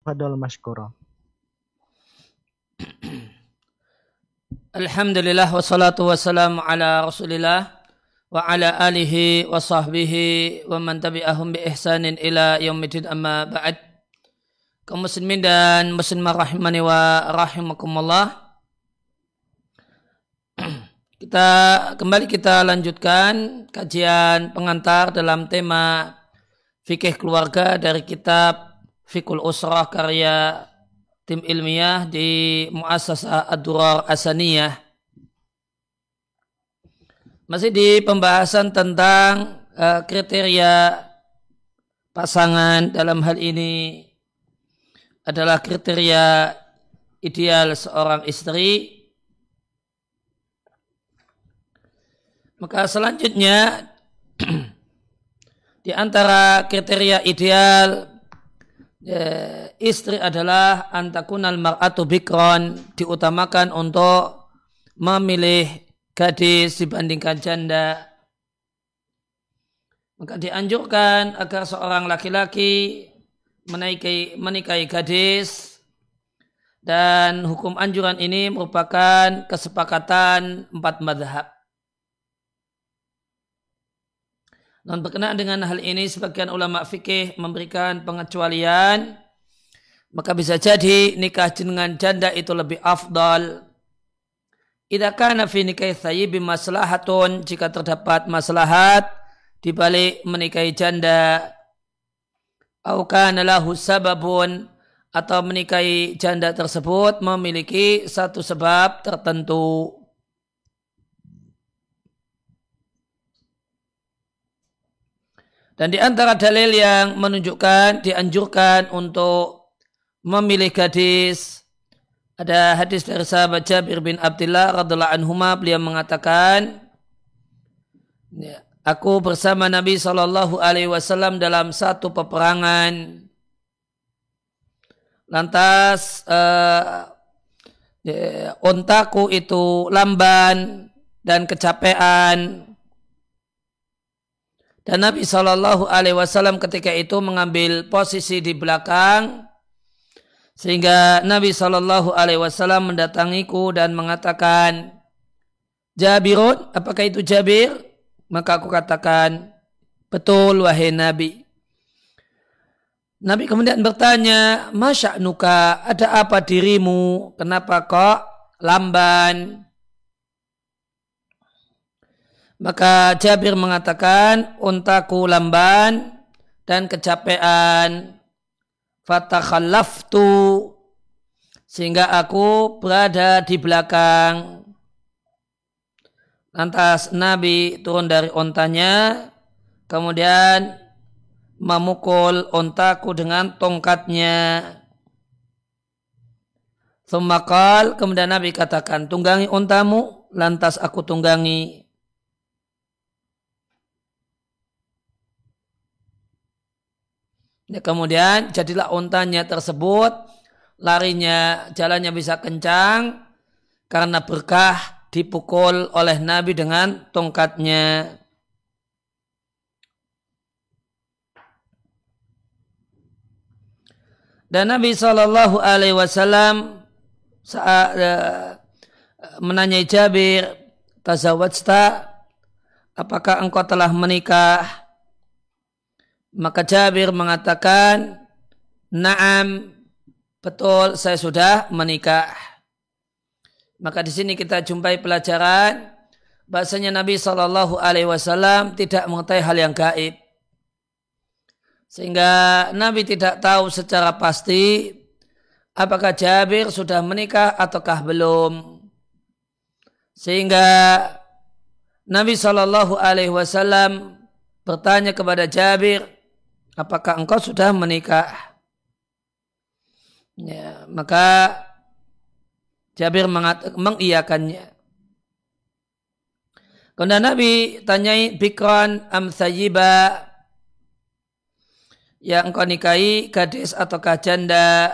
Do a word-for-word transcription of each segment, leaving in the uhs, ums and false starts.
Fadol Mashkuro. Alhamdulillah wassalatu wassalamu ala rasulillah wa ala alihi wa sahbihi wa man tabi'ahum bi ihsanin ila yaumidin amma ba'd. Kaum muslimin dan muslimah rahimani wa rahimakumullah. Kita kembali kita lanjutkan kajian pengantar dalam tema fikih keluarga dari kitab Fiqhul Usrah karya tim ilmiah di Muassasah Ad-Durar As-Saniyah. Masih di pembahasan tentang uh, kriteria pasangan dalam hal ini adalah kriteria ideal seorang istri. Maka selanjutnya di antara kriteria ideal Ya, istri adalah antakunal mar'atu bikron, diutamakan untuk memilih gadis dibandingkan janda. Maka dianjurkan agar seorang laki-laki menikahi, menikahi gadis, dan hukum anjuran ini merupakan kesepakatan empat mazhab. Dan berkenaan dengan hal ini sebagian ulama fikih memberikan pengecualian, maka bisa jadi nikah dengan janda itu lebih afdal. Idza kana fi nikahi thayyibi maslahatun, jika terdapat maslahat di balik menikahi janda, au kana lahu sababun, atau menikahi janda tersebut memiliki satu sebab tertentu. Dan di antara dalil yang menunjukkan dianjurkan untuk memilih gadis, ada hadis dari sahabat Jabir bin Abdullah radhiallahu anhuma, beliau mengatakan, aku bersama Nabi shallallahu alaihi wasallam dalam satu peperangan. Lantas uh, ya, ontaku itu lamban dan kecapean. Dan Nabi shallallahu alaihi wasallam ketika itu mengambil posisi di belakang, sehingga Nabi shallallahu alaihi wasallam mendatangiku dan mengatakan, Jabirun, apakah itu Jabir? Maka aku katakan, betul wahai Nabi. Nabi kemudian bertanya, Masya'nuka, ada apa dirimu? Kenapa kok lamban? Maka Jabir mengatakan, untaku lamban dan kecapean, fatakhallaftu, sehingga aku berada di belakang. Lantas Nabi turun dari ontanya, kemudian memukul ontaku dengan tongkatnya. Tsumma qala, kemudian Nabi katakan, tunggangi ontamu. Lantas aku tunggangi. Ya, kemudian jadilah ontanya tersebut larinya, jalannya bisa kencang karena berkah dipukul oleh Nabi dengan tongkatnya. Dan Nabi shallallahu alaihi wasallam saat uh, menanyai Jabir, tazawwajta, apakah engkau telah menikah? Maka Jabir mengatakan, na'am, betul, saya sudah menikah. Maka di sini kita jumpai pelajaran bahasanya Nabi shallallahu alaihi wasallam tidak mengetahui hal yang gaib, sehingga Nabi tidak tahu secara pasti apakah Jabir sudah menikah ataukah belum. Sehingga Nabi shallallahu alaihi wasallam bertanya kepada Jabir, apakah engkau sudah menikah? Ya, maka Jabir mengiyakannya. Kemudian Nabi tanyai, bikran am thayyiba, yang engkau nikahi gadis ataukah janda?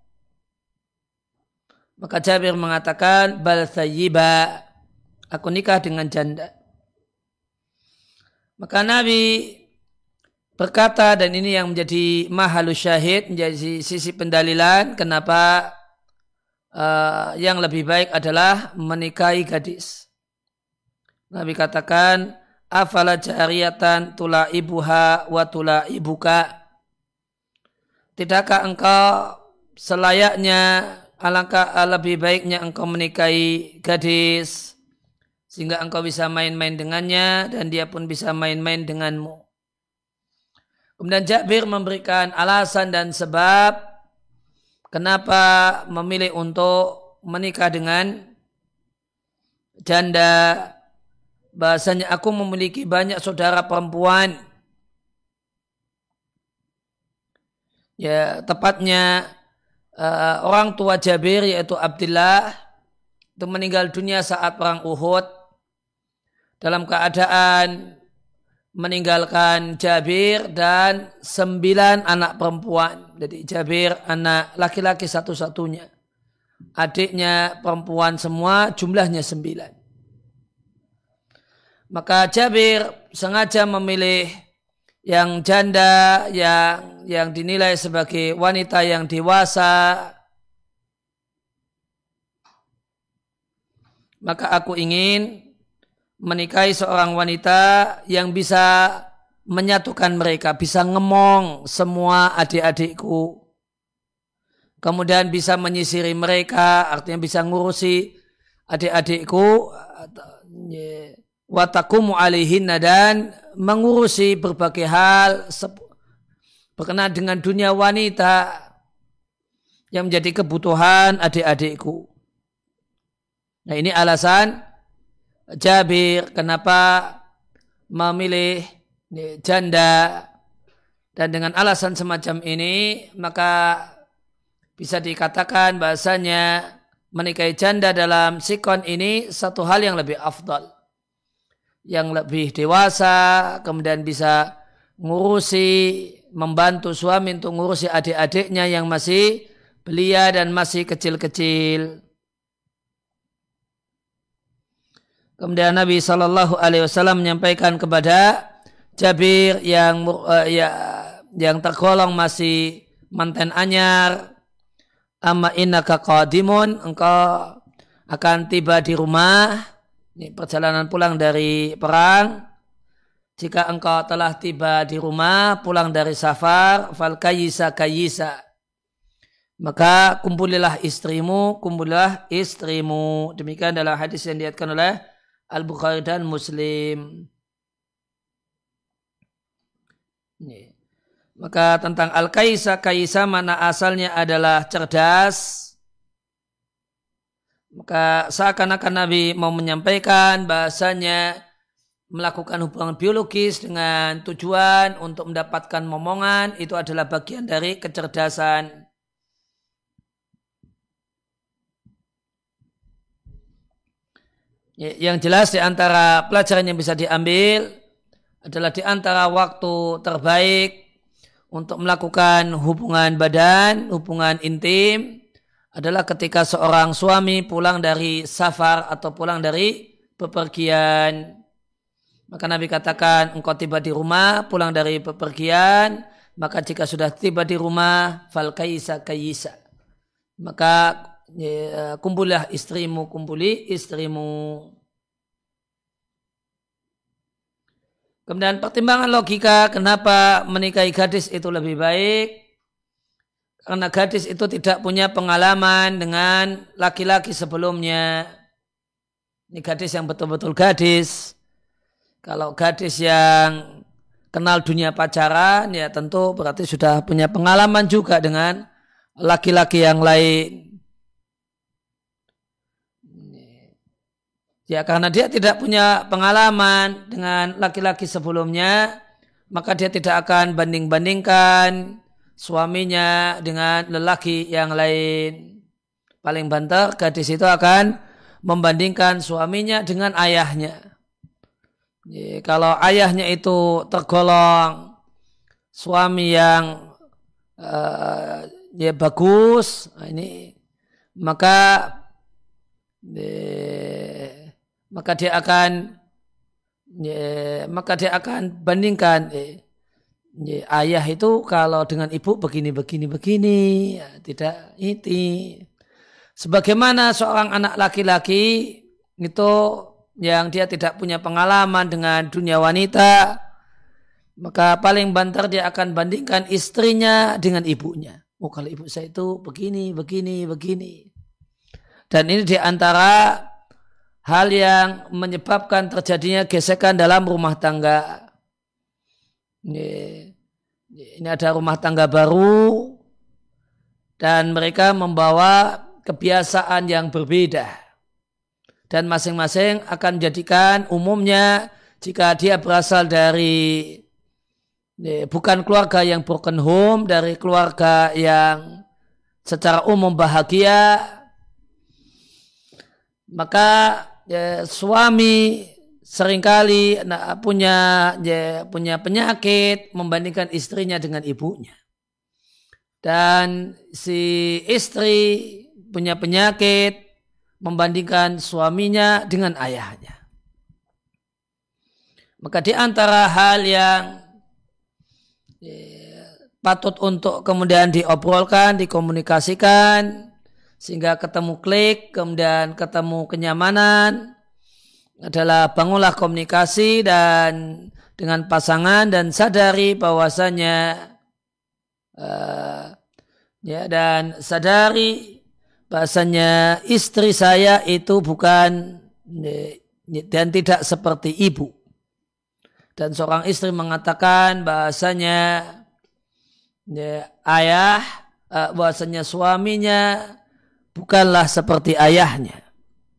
Maka Jabir mengatakan, bal thayyiba, aku nikah dengan janda. Maka Nabi berkata, dan ini yang menjadi mahalus syahid, menjadi sisi pendalilan kenapa uh, yang lebih baik adalah menikahi gadis. Nabi katakan, afala jariyatan tula ibuha wa tula ibuka. Tidakkah engkau selayaknya, alangkah lebih baiknya engkau menikahi gadis sehingga engkau bisa main-main dengannya dan dia pun bisa main-main denganmu. Kemudian Jabir memberikan alasan dan sebab kenapa memilih untuk menikah dengan janda. Bahasanya, aku memiliki banyak saudara perempuan. Ya, tepatnya uh, orang tua Jabir yaitu Abdullah itu meninggal dunia saat perang Uhud dalam keadaan meninggalkan Jabir dan sembilan anak perempuan. Jadi Jabir anak laki-laki satu-satunya. Adiknya perempuan semua, jumlahnya sembilan. Maka Jabir sengaja memilih yang janda, yang yang dinilai sebagai wanita yang dewasa. Maka aku ingin menikahi seorang wanita yang bisa menyatukan mereka, bisa ngemong semua adik-adikku. Kemudian bisa menyisiri mereka, artinya bisa ngurusi adik-adikku. Watakumu alaihinna, dan mengurusi berbagai hal berkenaan dengan dunia wanita yang menjadi kebutuhan adik-adikku. Nah, ini alasan Jabir kenapa memilih janda, dan dengan alasan semacam ini maka bisa dikatakan bahasanya menikahi janda dalam sikon ini satu hal yang lebih afdal, yang lebih dewasa, kemudian bisa ngurusi, membantu suami untuk ngurusi adik-adiknya yang masih belia dan masih kecil-kecil. Kemudian Nabi shallallahu alaihi wasallam menyampaikan kepada Jabir yang uh, ya, yang tergolong masih manten anyar, amma innaka qadimun, engkau akan tiba di rumah. Ini perjalanan pulang dari perang. Jika engkau telah tiba di rumah, pulang dari safar, fal kayisa kayisa, maka kumpulilah istrimu, kumpulilah istrimu. Demikian dalam hadis yang diriwayatkan oleh Al-Bukhari dan Muslim. Ini. Maka tentang al-kaisa, kaisa mana asalnya adalah cerdas. Maka seakan-akan Nabi mau menyampaikan bahasanya melakukan hubungan biologis dengan tujuan untuk mendapatkan momongan itu adalah bagian dari kecerdasan. Yang jelas di antara pelajaran yang bisa diambil adalah di antara waktu terbaik untuk melakukan hubungan badan, hubungan intim adalah ketika seorang suami pulang dari safar atau pulang dari bepergian. Maka Nabi katakan, engkau tiba di rumah, pulang dari bepergian, maka jika sudah tiba di rumah, fal kaisa kayisa, maka ya, kumpulilah istrimu, kumpuli istrimu. Kemudian pertimbangan logika kenapa menikahi gadis itu lebih baik, karena gadis itu tidak punya pengalaman dengan laki-laki sebelumnya. Ini gadis yang betul-betul gadis. Kalau gadis yang kenal dunia pacaran, ya tentu berarti sudah punya pengalaman juga dengan laki-laki yang lain. Ya, karena dia tidak punya pengalaman dengan laki-laki sebelumnya, maka dia tidak akan banding-bandingkan suaminya dengan lelaki yang lain. Paling banter, gadis itu akan membandingkan suaminya dengan ayahnya. Ya, kalau ayahnya itu tergolong suami yang uh, ya bagus, nah ini maka ya, maka dia akan ya, maka dia akan bandingkan eh, ayah itu kalau dengan ibu begini begini begini, ya, tidak ini. Sebagaimana seorang anak laki-laki itu yang dia tidak punya pengalaman dengan dunia wanita, maka paling banter dia akan bandingkan istrinya dengan ibunya. Oh, kalau ibu saya itu begini, begini, begini. Dan ini diantara hal yang menyebabkan terjadinya gesekan dalam rumah tangga. Ini, ini ada rumah tangga baru dan mereka membawa kebiasaan yang berbeda. Dan masing-masing akan menjadikan umumnya jika dia berasal dari bukan keluarga yang broken home, dari keluarga yang secara umum bahagia, maka ya, suami seringkali punya ya, punya penyakit membandingkan istrinya dengan ibunya. Dan si istri punya penyakit membandingkan suaminya dengan ayahnya. Maka di antara hal yang ya, patut untuk kemudian diobrolkan, dikomunikasikan, sehingga ketemu klik, kemudian ketemu kenyamanan, adalah bangunlah komunikasi dan dengan pasangan dan sadari bahwasanya uh, ya dan sadari bahwasanya istri saya itu bukan dan tidak seperti ibu. Dan seorang istri mengatakan bahwasanya ya, ayah uh, bahwasanya suaminya bukanlah seperti ayahnya.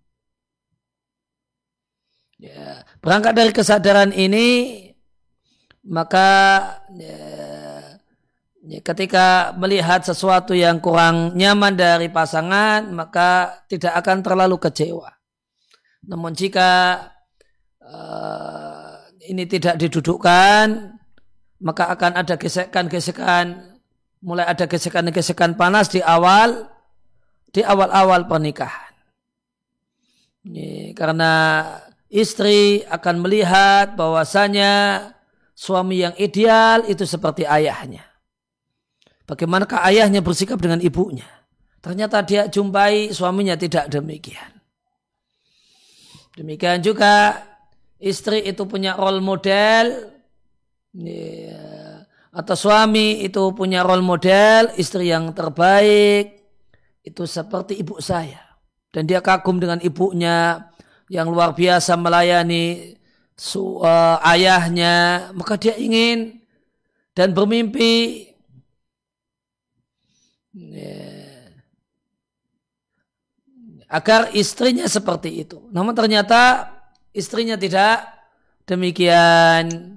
Ya, berangkat dari kesadaran ini, maka ya, ya, ketika melihat sesuatu yang kurang nyaman dari pasangan, maka tidak akan terlalu kecewa. Namun jika uh, ini tidak didudukkan, maka akan ada gesekan-gesekan, mulai ada gesekan-gesekan panas di awal, di awal-awal pernikahan. Ini karena istri akan melihat bahwasanya suami yang ideal itu seperti ayahnya. Bagaimanakah ayahnya bersikap dengan ibunya? Ternyata dia jumpai suaminya tidak demikian. Demikian juga istri itu punya role model, atau suami itu punya role model, istri yang terbaik itu seperti ibu saya. Dan dia kagum dengan ibunya yang luar biasa melayani su, uh, ayahnya, maka dia ingin dan bermimpi yeah, agar istrinya seperti itu. Namun ternyata istrinya tidak demikian,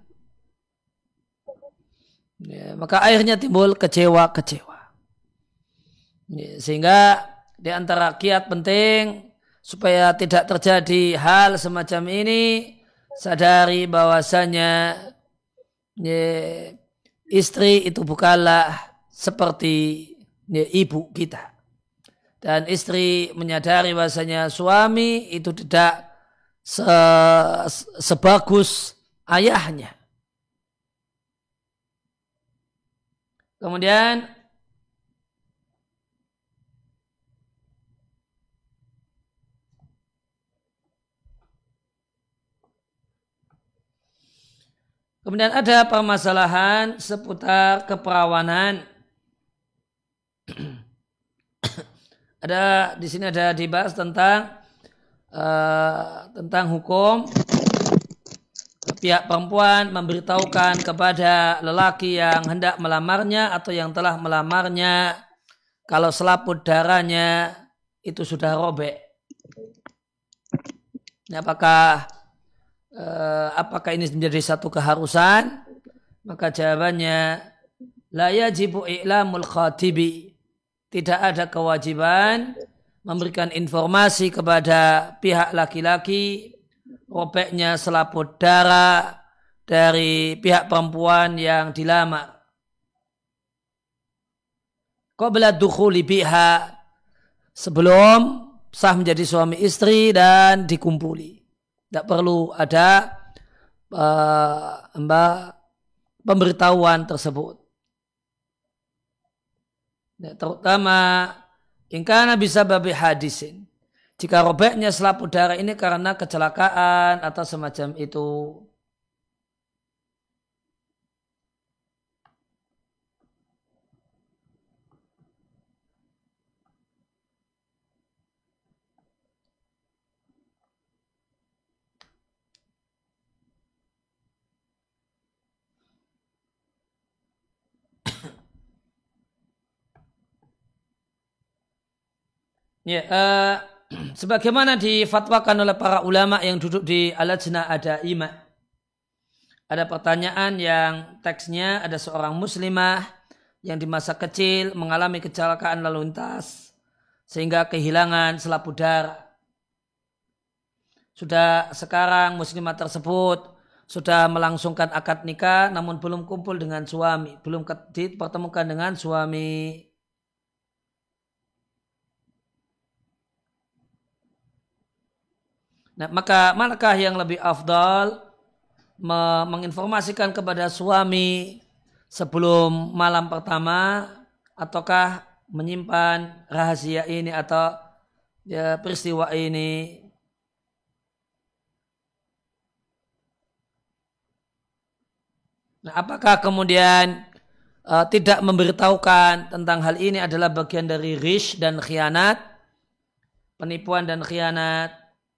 yeah, maka akhirnya timbul kecewa-kecewa. Yeah, sehingga di antara kiat penting supaya tidak terjadi hal semacam ini, sadari bahwasanya ya, istri itu bukanlah seperti ya, ibu kita. Dan istri menyadari bahwasanya suami itu tidak se, sebagus ayahnya. Kemudian Kemudian ada permasalahan seputar keperawanan. Ada di sini ada dibahas tentang uh, tentang hukum pihak perempuan memberitahukan kepada lelaki yang hendak melamarnya atau yang telah melamarnya kalau selaput darahnya itu sudah robek. Apakah Uh, apakah ini menjadi satu keharusan? Maka jawabannya la yajibu i'lamul khatibi. Tidak ada kewajiban memberikan informasi kepada pihak laki-laki robeknya selaput darah dari pihak perempuan yang dilamar. Qabla dukhuli biha, sebelum sah menjadi suami istri dan dikumpuli. Tidak perlu ada uh, mbak pemberitahuan tersebut. Ya, terutama ingkana bisa babi hadisin. Jika robeknya selaput darah ini karena kecelakaan atau semacam itu. Ya, uh, sebagaimana difatwakan oleh para ulama yang duduk di Al-Lajnah Ad-Daimah. Ada pertanyaan yang teksnya ada seorang muslimah yang di masa kecil mengalami kecelakaan lalu lintas sehingga kehilangan selaput darah. Sudah sekarang muslimah tersebut sudah melangsungkan akad nikah namun belum kumpul dengan suami, belum dipertemukan dengan suami. Nah, maka manakah yang lebih afdal menginformasikan kepada suami sebelum malam pertama ataukah menyimpan rahasia ini atau ya, peristiwa ini? Nah, apakah kemudian uh, tidak memberitahukan tentang hal ini adalah bagian dari ghish dan khianat, penipuan dan khianat?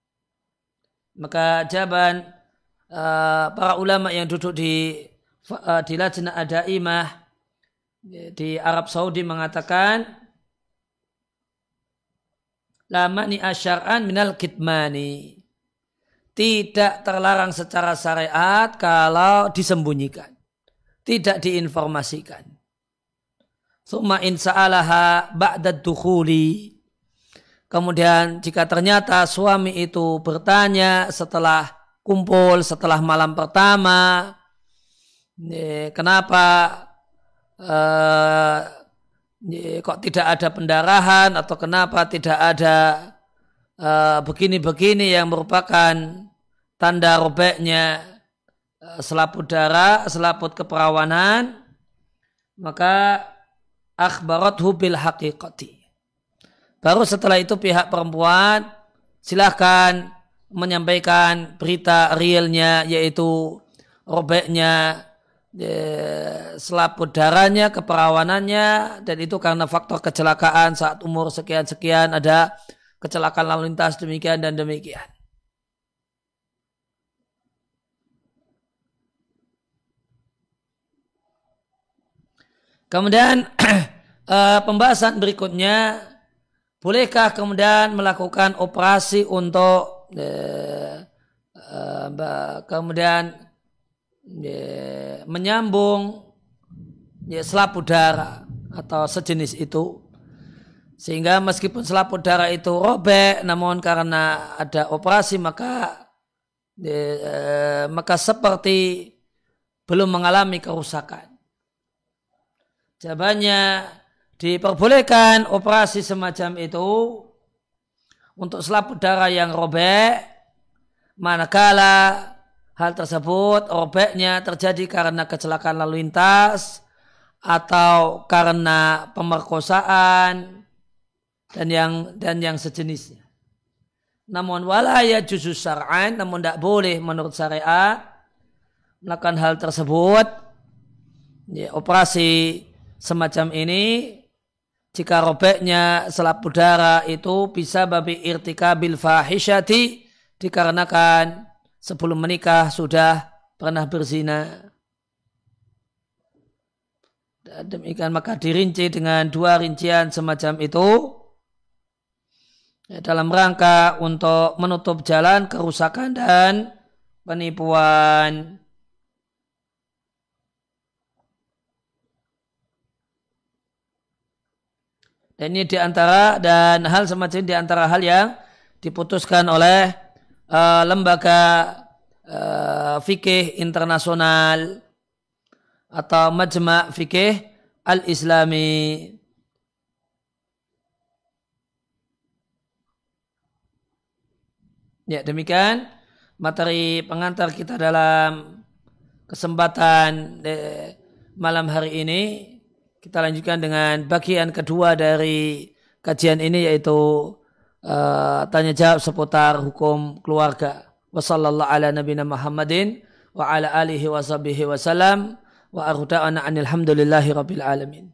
Maka jawaban uh, para ulama yang duduk di uh, di Lajnah Ad-Daimah di Arab Saudi mengatakan la mani asyar'an minal kitmani, tidak terlarang secara syariat kalau disembunyikan, tidak diinformasikan. Summa in sa'alaha ba'da dukhuli, kemudian jika ternyata suami itu bertanya setelah kumpul, setelah malam pertama, kenapa eh, kok tidak ada pendarahan atau kenapa tidak ada eh, begini-begini yang merupakan tanda robeknya eh, selaput darah, selaput keperawanan, maka akhbarathu bil haqiqati. Baru setelah itu pihak perempuan silahkan menyampaikan berita realnya, yaitu robeknya eh, selaput darahnya, keperawanannya, dan itu karena faktor kecelakaan saat umur sekian-sekian, ada kecelakaan lalu lintas demikian dan demikian. Kemudian eh, pembahasan berikutnya, bolehkah kemudian melakukan operasi untuk eh, eh, kemudian eh, menyambung eh, selaput darah atau sejenis itu, sehingga meskipun selaput darah itu robek, namun karena ada operasi maka eh, maka seperti belum mengalami kerusakan. Jawabannya, diperbolehkan operasi semacam itu untuk selaput darah yang robek manakala hal tersebut robeknya terjadi karena kecelakaan lalu lintas atau karena pemerkosaan dan yang dan yang sejenisnya. Namun wala yajuzu syar'an, namun tidak boleh menurut syariat melakukan hal tersebut, ya, operasi semacam ini jika robeknya selaput darah itu bisa babi irtikabil fahisyati, dikarenakan sebelum menikah sudah pernah berzina. Dan demikian maka dirinci dengan dua rincian semacam itu ya, dalam rangka untuk menutup jalan kerusakan dan penipuan. Dan ini diantara dan hal semacam ini diantara hal yang diputuskan oleh uh, lembaga uh, fikih internasional atau majma' fikih al-Islami. Ya, demikian materi pengantar kita dalam kesempatan eh, malam hari ini kita lanjutkan dengan bagian kedua dari kajian ini, yaitu uh, tanya jawab seputar hukum keluarga. Wassallallahu ala nabiyina Muhammadin wa ala alihi wa sahbihi wa salam wa arhuda'ana anilhamdulillahi rabbil alamin.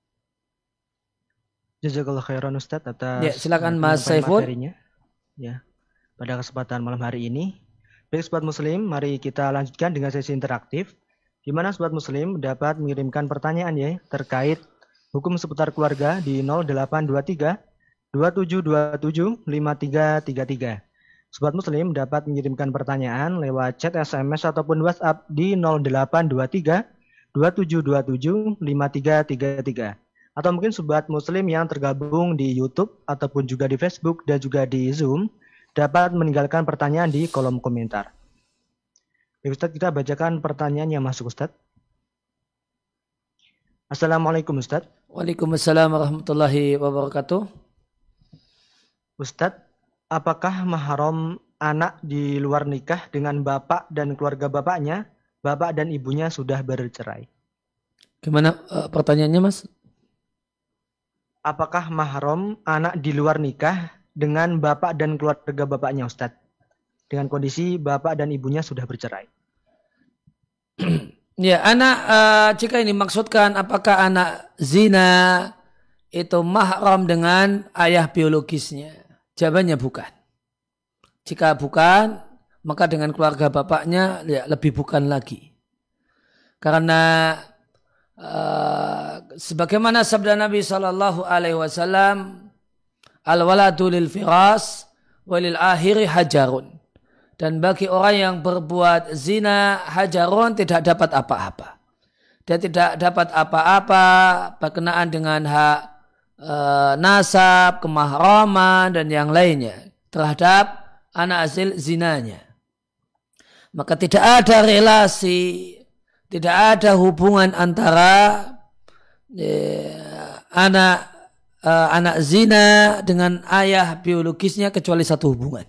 Jazakallah khairan Ustadz atas ya, silakan Mas Saiful. Ya, pada kesempatan malam hari ini, baik sobat muslim, mari kita lanjutkan dengan sesi interaktif di mana sobat muslim dapat mengirimkan pertanyaan ya terkait hukum seputar keluarga di nol delapan dua tiga dua tujuh dua tujuh lima tiga tiga tiga. Sobat muslim dapat mengirimkan pertanyaan lewat chat S M S ataupun WhatsApp di nol delapan dua tiga dua tujuh dua tujuh lima tiga tiga tiga. Atau mungkin sobat muslim yang tergabung di YouTube ataupun juga di Facebook dan juga di Zoom dapat meninggalkan pertanyaan di kolom komentar. Baik Ustadz, kita bacakan pertanyaan yang masuk Ustadz. Assalamualaikum Ustadz. Waalaikumsalam warahmatullahi wabarakatuh. Ustadz, apakah mahram anak di luar nikah dengan bapak dan keluarga bapaknya, bapak dan ibunya sudah bercerai? Gimana uh, pertanyaannya Mas? Apakah mahram anak di luar nikah dengan bapak dan keluarga bapaknya Ustadz, dengan kondisi bapak dan ibunya sudah bercerai? Ya, anak uh, jika ini maksudkan apakah anak zina itu mahram dengan ayah biologisnya? Jawabannya bukan. Jika bukan, maka dengan keluarga bapaknya ya lebih bukan lagi. Karena uh, sebagaimana sabda Nabi Shallallahu Alaihi Wasallam, al-waladu lil firas walil akhiri hajarun. Dan bagi orang yang berbuat zina, hajarun, tidak dapat apa-apa. Dia tidak dapat apa-apa berkenaan dengan hak e, nasab, kemahraman, dan yang lainnya terhadap anak hasil zinanya. Maka tidak ada relasi, tidak ada hubungan antara e, anak e, anak zina dengan ayah biologisnya kecuali satu hubungan.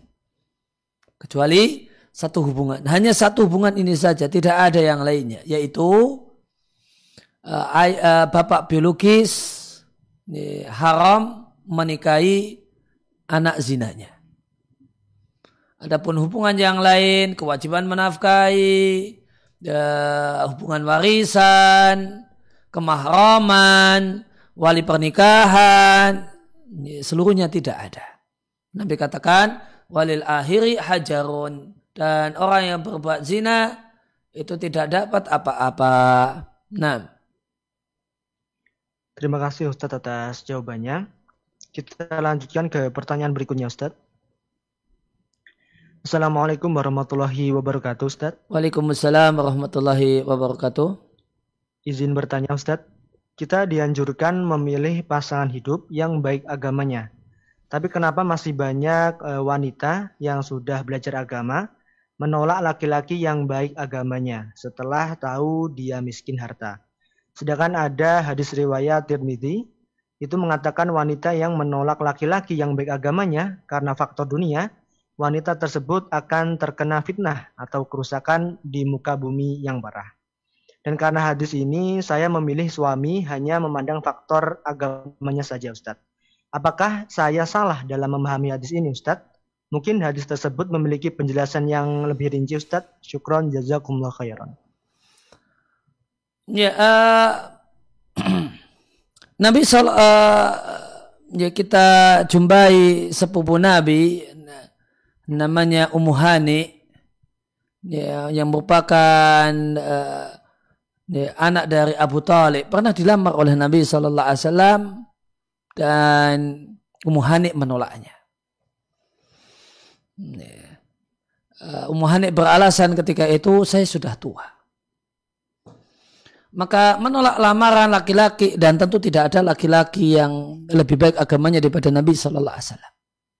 Kecuali satu hubungan. Hanya satu hubungan ini saja. Tidak ada yang lainnya. Yaitu uh, ay, uh, bapak biologis uh, haram menikahi anak zinanya. Adapun hubungan yang lain, kewajiban menafkahi, uh, hubungan warisan, kemahraman, wali pernikahan, seluruhnya tidak ada. Nabi katakan, walil akhiri hajarun, dan orang yang berbuat zina itu tidak dapat apa-apa. Nah, terima kasih Ustadz atas jawabannya. Kita lanjutkan ke pertanyaan berikutnya Ustadz. Assalamualaikum warahmatullahi wabarakatuh Ustadz. Waalaikumsalam warahmatullahi wabarakatuh. Izin bertanya Ustadz, kita dianjurkan memilih pasangan hidup yang baik agamanya. Tapi kenapa masih banyak e, wanita yang sudah belajar agama menolak laki-laki yang baik agamanya setelah tahu dia miskin harta? Sedangkan ada hadis riwayat Tirmidzi itu mengatakan wanita yang menolak laki-laki yang baik agamanya karena faktor dunia, wanita tersebut akan terkena fitnah atau kerusakan di muka bumi yang parah. Dan karena hadis ini saya memilih suami hanya memandang faktor agamanya saja Ustadz. Apakah saya salah dalam memahami hadis ini Ustadz? Mungkin hadis tersebut memiliki penjelasan yang lebih rinci Ustadz. Syukron jazakumullah khairan. Ya, uh, Nabi Sal, uh, ya kita jumpai sepupu Nabi namanya Ummu Hani, ya, yang merupakan uh, ya, anak dari Abu Thalib, pernah dilamar oleh Nabi Sallallahu Alaihi Wasallam. Dan Ummu Hani menolaknya. Ummu Hani beralasan ketika itu, saya sudah tua. Maka menolak lamaran laki-laki, dan tentu tidak ada laki-laki yang lebih baik agamanya daripada Nabi Sallallahu Alaihi Wasallam.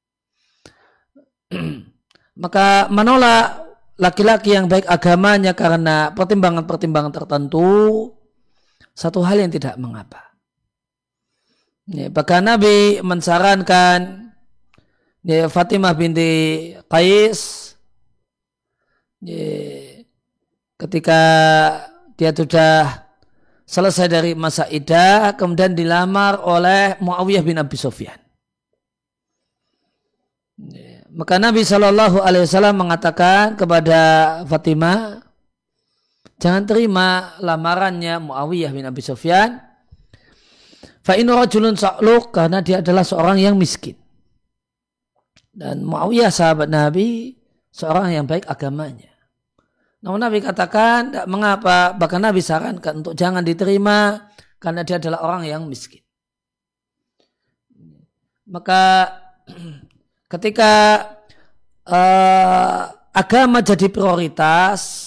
Maka menolak laki-laki yang baik agamanya karena pertimbangan-pertimbangan tertentu, satu hal yang tidak mengapa. Ya, bahkan Nabi mensarankan ya, Fatimah binti Qais ya, ketika ketika dia sudah selesai dari masa iddah, kemudian dilamar oleh Muawiyah bin Abi Sufyan. Maka Nabi Shallallahu Alaihi Wasallam mengatakan kepada Fatimah, jangan terima lamarannya Muawiyah bin Abi Sufyan. Fa in rajulun sa'luq, karena dia adalah seorang yang miskin. Dan Muawiyah sahabat Nabi, seorang yang baik agamanya. Namun Nabi katakan, tidak mengapa, bahkan Nabi sarankan untuk jangan diterima karena dia adalah orang yang miskin. Maka ketika uh, agama jadi prioritas,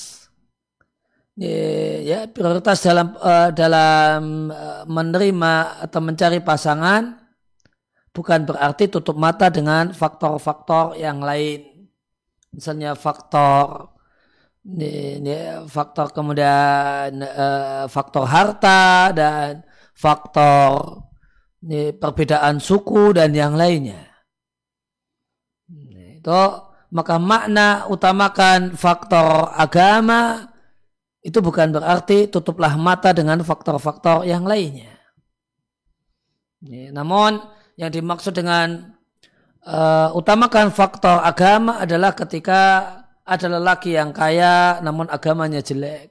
ya prioritas dalam uh, dalam uh, menerima atau mencari pasangan bukan berarti tutup mata dengan faktor-faktor yang lain, misalnya faktor ini, ini, faktor kemudian uh, faktor harta dan faktor ini, perbedaan suku dan yang lainnya. Itu maka makna utamakan faktor agama itu bukan berarti tutuplah mata dengan faktor-faktor yang lainnya. Namun yang dimaksud dengan uh, utamakan faktor agama adalah ketika ada lelaki yang kaya namun agamanya jelek.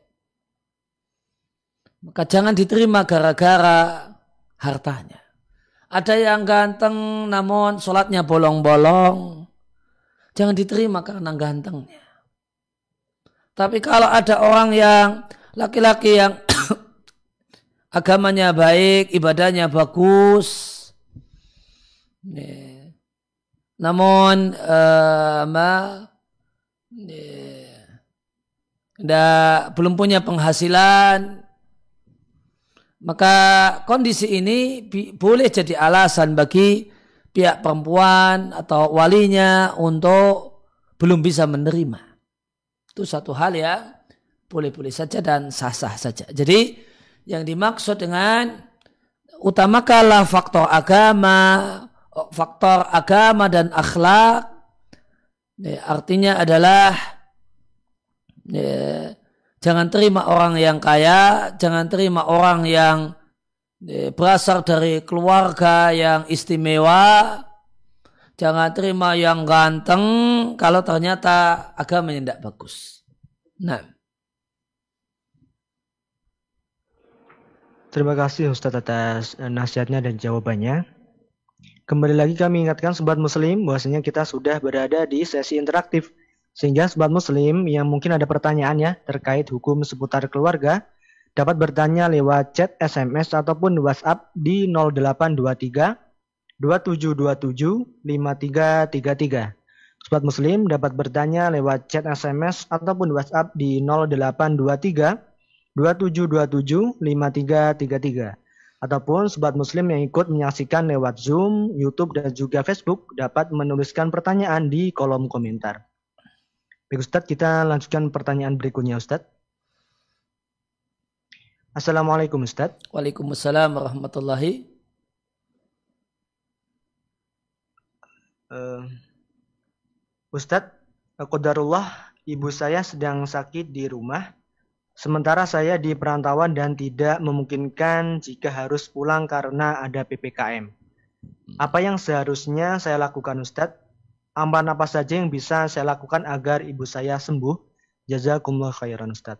Maka jangan diterima gara-gara hartanya. Ada yang ganteng namun sholatnya bolong-bolong. Jangan diterima karena gantengnya. Tapi kalau ada orang yang laki-laki yang agamanya baik, ibadahnya bagus, nih. Namun uh, ma, nih, da, belum punya penghasilan, maka kondisi ini bi, boleh jadi alasan bagi pihak perempuan atau walinya untuk belum bisa menerima. Itu satu hal yang boleh-boleh saja dan sah-sah saja. Jadi yang dimaksud dengan utamakanlah faktor agama, faktor agama dan akhlak, ya, artinya adalah ya, jangan terima orang yang kaya, jangan terima orang yang ya, berasal dari keluarga yang istimewa, jangan terima yang ganteng kalau ternyata agamanya tidak bagus. Nah. Terima kasih Ustadz atas nasihatnya dan jawabannya. Kembali lagi kami ingatkan sobat muslim bahwasanya kita sudah berada di sesi interaktif. Sehingga sobat muslim yang mungkin ada pertanyaannya terkait hukum seputar keluarga dapat bertanya lewat chat, S M S ataupun WhatsApp di nol delapan dua tiga dua tujuh dua tujuh lima tiga tiga tiga. Sobat muslim dapat bertanya lewat chat S M S ataupun WhatsApp di nol delapan dua tiga dua tujuh dua tujuh lima tiga tiga tiga. Ataupun sobat muslim yang ikut menyaksikan lewat Zoom, YouTube dan juga Facebook dapat menuliskan pertanyaan di kolom komentar. Baik Ustadz, kita lanjutkan pertanyaan berikutnya Ustadz. Assalamualaikum Ustadz. Waalaikumsalam warahmatullahi. Uh, Ustadz, qadarullah ibu saya sedang sakit di rumah. Sementara saya di perantauan dan tidak memungkinkan jika harus pulang karena ada P P K M. Apa yang seharusnya saya lakukan Ustadz? Amalan apa saja yang bisa saya lakukan agar ibu saya sembuh? Jazakumullah khairan Ustadz.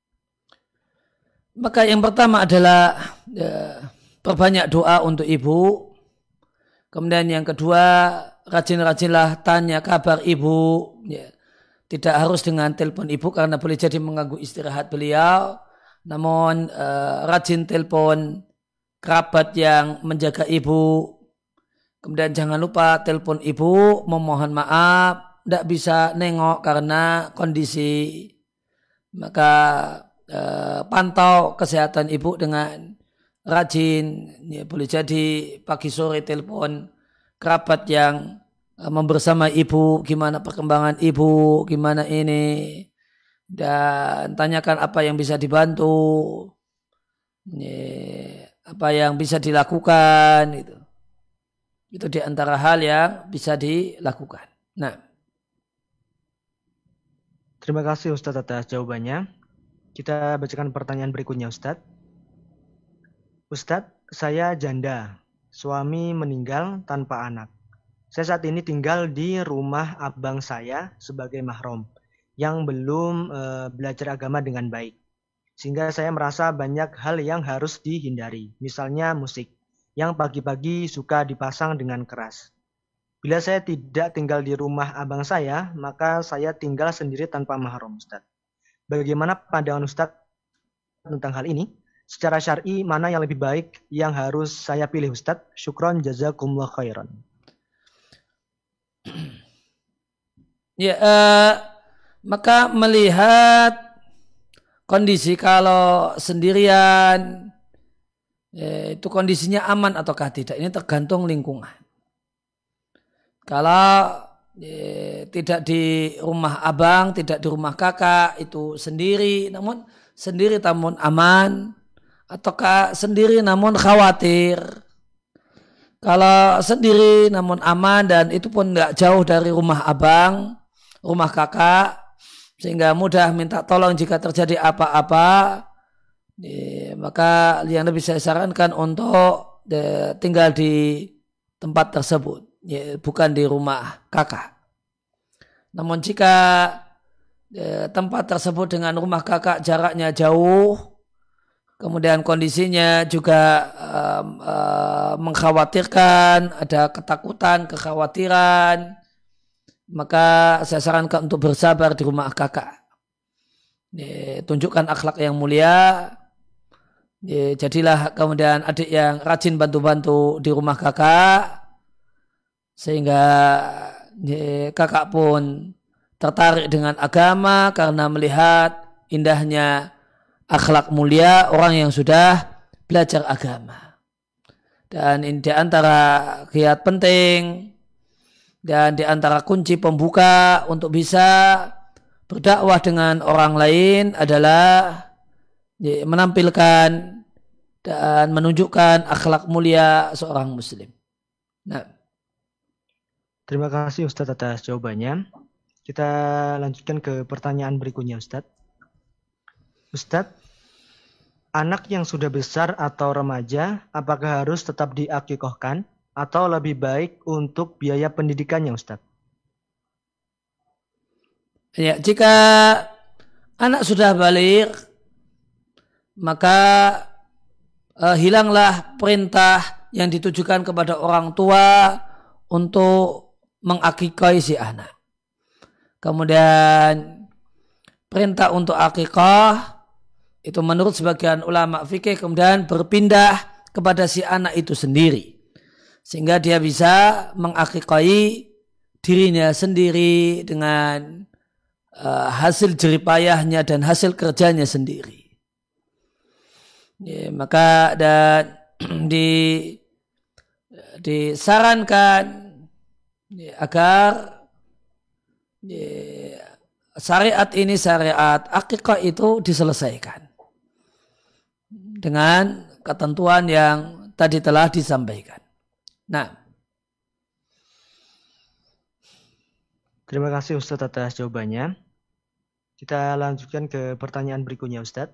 Maka yang pertama adalah ya, perbanyak doa untuk ibu. Kemudian yang kedua, rajin-rajinlah tanya kabar ibu. Ya. Tidak harus dengan telepon ibu karena boleh jadi mengganggu istirahat beliau. Namun uh, rajin telepon kerabat yang menjaga ibu. Kemudian jangan lupa telepon ibu, memohon maaf, tidak bisa nengok karena kondisi. Maka uh, pantau kesehatan ibu dengan rajin. Ya, boleh jadi pagi sore telepon kerabat yang membersama ibu, gimana perkembangan ibu, gimana ini, dan tanyakan apa yang bisa dibantu, apa yang bisa dilakukan, itu, itu di antara hal yang bisa dilakukan. Nah, terima kasih Ustadz atas jawabannya. Kita bacakan pertanyaan berikutnya, Ustadz. Ustadz, saya janda. Suami meninggal tanpa anak. Saya saat ini tinggal di rumah abang saya sebagai mahram yang belum e, belajar agama dengan baik. Sehingga saya merasa banyak hal yang harus dihindari. Misalnya musik, yang pagi-pagi suka dipasang dengan keras. Bila saya tidak tinggal di rumah abang saya, maka saya tinggal sendiri tanpa mahram, Ustadz. Bagaimana pandangan Ustadz tentang hal ini? Secara syar'i, mana yang lebih baik yang harus saya pilih, Ustadz? Syukron, jazakumullah khairan. Ya, uh, maka melihat kondisi kalau sendirian, ya, itu kondisinya aman ataukah tidak, ini tergantung lingkungan. Kalau ya, tidak di rumah abang, tidak di rumah kakak, itu sendiri, namun sendiri namun aman, ataukah sendiri namun khawatir. Kalau sendiri namun aman dan itu pun nggak jauh dari rumah abang, rumah kakak, sehingga mudah minta tolong jika terjadi apa-apa, ya, maka yang lebih saya sarankan untuk ya, tinggal di tempat tersebut, ya, bukan di rumah kakak. Namun jika ya, tempat tersebut dengan rumah kakak jaraknya jauh, kemudian kondisinya juga um, uh, mengkhawatirkan, ada ketakutan, kekhawatiran, maka saya sarankan untuk bersabar di rumah kakak. Ya, tunjukkan akhlak yang mulia. Ya, jadilah kemudian adik yang rajin bantu-bantu di rumah kakak, sehingga ya, kakak pun tertarik dengan agama karena melihat indahnya akhlak mulia orang yang sudah belajar agama. Dan ini di antara kiat penting dan di antara kunci pembuka untuk bisa berdakwah dengan orang lain adalah menampilkan dan menunjukkan akhlak mulia seorang muslim. Nah, terima kasih Ustadz atas jawabannya. Kita lanjutkan ke pertanyaan berikutnya, Ustadz. Ustadz, anak yang sudah besar atau remaja, apakah harus tetap diakikohkan atau lebih baik untuk biaya pendidikannya, Ustadz? Ya, jika anak sudah balik, maka uh, hilanglah perintah yang ditujukan kepada orang tua untuk mengakikoi si anak. Kemudian perintah untuk akikah itu menurut sebagian ulama fikih kemudian berpindah kepada si anak itu sendiri, sehingga dia bisa mengakikahi dirinya sendiri dengan uh, hasil jeripayahnya dan hasil kerjanya sendiri. Ya, maka dan di disarankan ya, agar ya, syariat ini syariat akikah itu diselesaikan dengan ketentuan yang tadi telah disampaikan. Nah, terima kasih Ustadz atas jawabannya. Kita lanjutkan ke pertanyaan berikutnya, Ustadz.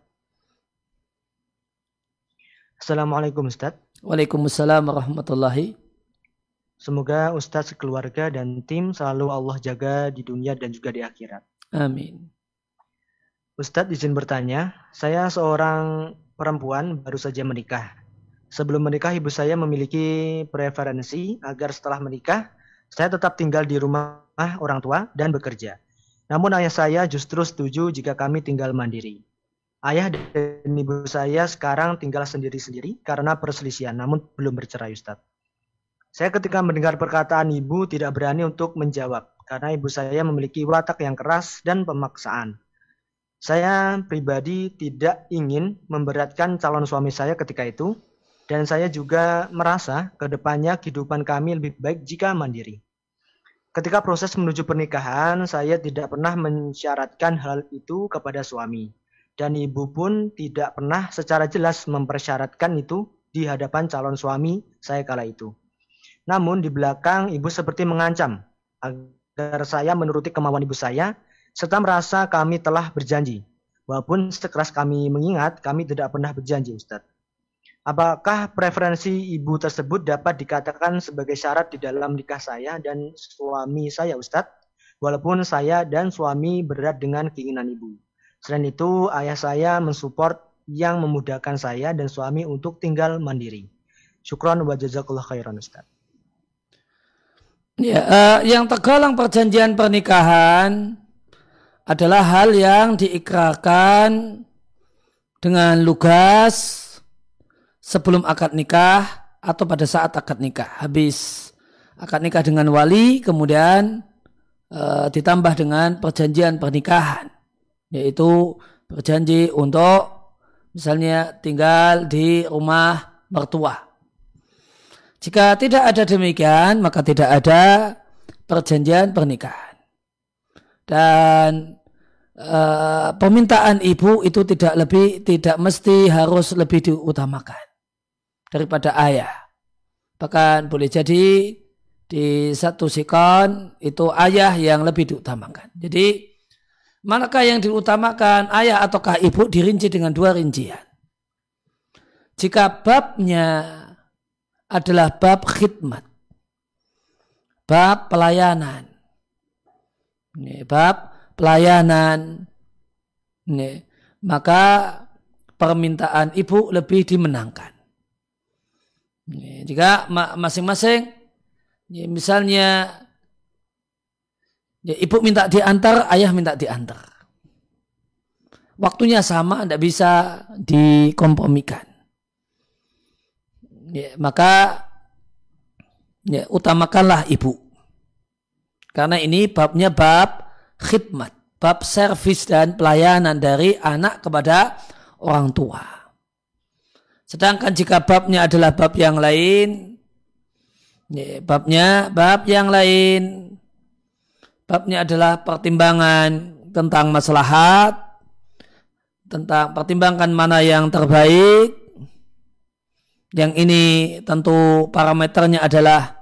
Assalamualaikum Ustadz. Waalaikumsalam warahmatullahi. Semoga Ustadz sekeluarga dan tim selalu Allah jaga di dunia dan juga di akhirat. Amin. Ustadz izin bertanya, saya seorang perempuan baru saja menikah. Sebelum menikah ibu saya memiliki preferensi agar setelah menikah saya tetap tinggal di rumah orang tua dan bekerja. Namun ayah saya justru setuju jika kami tinggal mandiri. Ayah dan ibu saya sekarang tinggal sendiri-sendiri karena perselisihan, namun belum bercerai, Ustadz. Saya ketika mendengar perkataan ibu tidak berani untuk menjawab karena ibu saya memiliki watak yang keras dan pemaksaan. Saya pribadi tidak ingin memberatkan calon suami saya ketika itu, dan saya juga merasa ke depannya kehidupan kami lebih baik jika mandiri. Ketika proses menuju pernikahan, saya tidak pernah mensyaratkan hal itu kepada suami, dan ibu pun tidak pernah secara jelas mempersyaratkan itu di hadapan calon suami saya kala itu. Namun di belakang ibu seperti mengancam agar saya menuruti kemauan ibu saya, serta merasa kami telah berjanji Walaupun sekeras kami mengingat, kami tidak pernah berjanji, Ustadz. Apakah preferensi ibu tersebut dapat dikatakan sebagai syarat di dalam nikah saya dan suami saya, Ustadz? Walaupun saya dan suami berat dengan keinginan ibu. Selain itu, ayah saya mensupport yang memudahkan saya dan suami untuk tinggal mandiri. Syukran wa jazakallah khairan, Ustadz. Ya, uh, yang tergolong perjanjian pernikahan adalah hal yang diikrarkan dengan lugas sebelum akad nikah atau pada saat akad nikah. Habis akad nikah dengan wali, kemudian uh, ditambah dengan perjanjian pernikahan, yaitu berjanji untuk misalnya tinggal di rumah mertua. Jika tidak ada demikian, maka tidak ada perjanjian pernikahan. Dan e, permintaan ibu itu tidak lebih, tidak mesti harus lebih diutamakan daripada ayah. Bahkan boleh jadi di satu sikon itu ayah yang lebih diutamakan. Jadi manakah yang diutamakan, ayah ataukah ibu, dirinci dengan dua rincian. Jika babnya adalah bab khidmat, bab pelayanan, ini bab pelayanan, ini, maka permintaan ibu lebih dimenangkan. Ini, jika masing-masing, ini, misalnya ya, ibu minta diantar, ayah minta diantar, waktunya sama, tidak bisa dikompromikan. Ya, maka ya, utamakanlah ibu. Karena ini babnya bab khidmat, bab servis dan pelayanan dari anak kepada orang tua. Sedangkan jika babnya adalah bab yang lain, ya, babnya bab yang lain, babnya adalah pertimbangan tentang maslahat, tentang pertimbangkan mana yang terbaik. Yang ini tentu parameternya adalah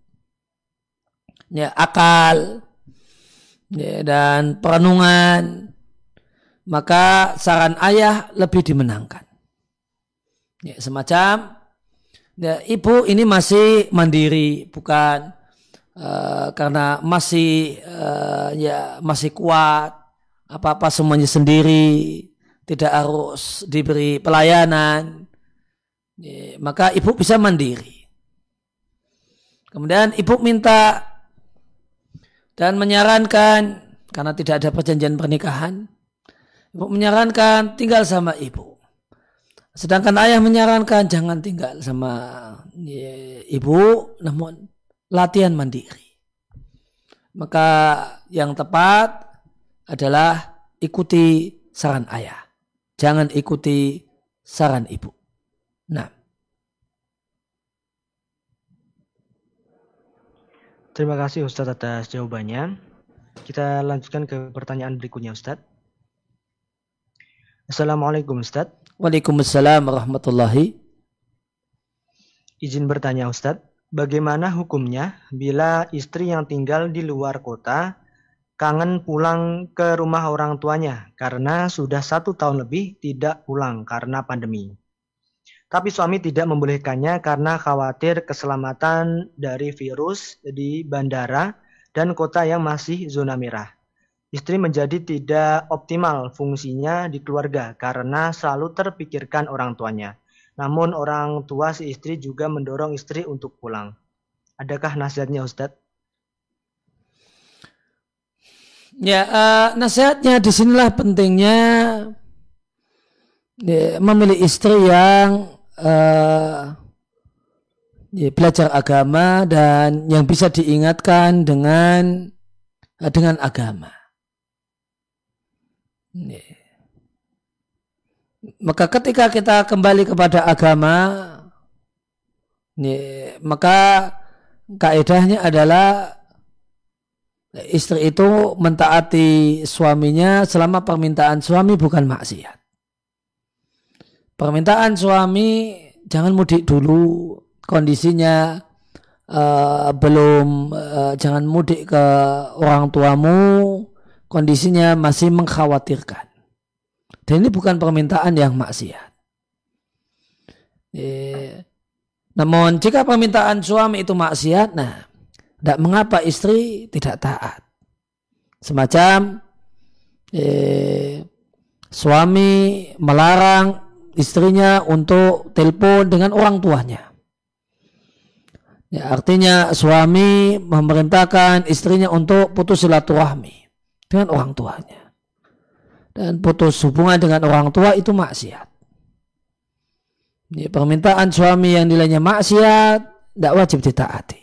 ya, akal ya, dan perenungan, maka saran ayah lebih dimenangkan. Ya, semacam ya, ibu ini masih mandiri, bukan uh, karena masih uh, ya masih kuat, apa-apa semuanya sendiri, tidak harus diberi pelayanan. Ya, maka ibu bisa mandiri. Kemudian ibu minta dan menyarankan, karena tidak ada perjanjian pernikahan, ibu menyarankan tinggal sama ibu. Sedangkan ayah menyarankan jangan tinggal sama ya, ibu, namun latihan mandiri. Maka yang tepat adalah ikuti saran ayah. Jangan ikuti saran ibu. Nah. Terima kasih Ustadz atas jawabannya. Kita lanjutkan ke pertanyaan berikutnya Ustadz. Assalamualaikum Ustadz. Waalaikumsalam warahmatullahi. Izin bertanya Ustadz, bagaimana hukumnya bila istri yang tinggal di luar kota kangen pulang ke rumah orang tuanya karena sudah satu tahun lebih tidak pulang karena pandemi? Tapi suami tidak membolehkannya karena khawatir keselamatan dari virus di bandara dan kota yang masih zona merah. Istri menjadi tidak optimal fungsinya di keluarga karena selalu terpikirkan orang tuanya. Namun orang tua si istri juga mendorong istri untuk pulang. Adakah nasihatnya Ustadz? Ya, uh, nasihatnya disinilah pentingnya ya, memilih istri yang Uh, ya, belajar agama dan yang bisa diingatkan dengan uh, dengan agama. Ya. Maka ketika kita kembali kepada agama, ya, maka kaedahnya adalah istri itu mentaati suaminya selama permintaan suami bukan maksiat. Permintaan suami jangan mudik dulu, kondisinya uh, belum, uh, jangan mudik ke orang tuamu, kondisinya masih mengkhawatirkan. Dan ini bukan permintaan yang maksiat. Eh, namun jika permintaan suami itu maksiat, nah, tidak mengapa istri tidak taat. Semacam eh, suami melarang istrinya untuk telepon dengan orang tuanya. Ya, artinya suami memerintahkan istrinya untuk putus silaturahmi dengan orang tuanya. Dan putus hubungan dengan orang tua itu maksiat. Ya, permintaan suami yang nilainya maksiat tidak wajib ditaati.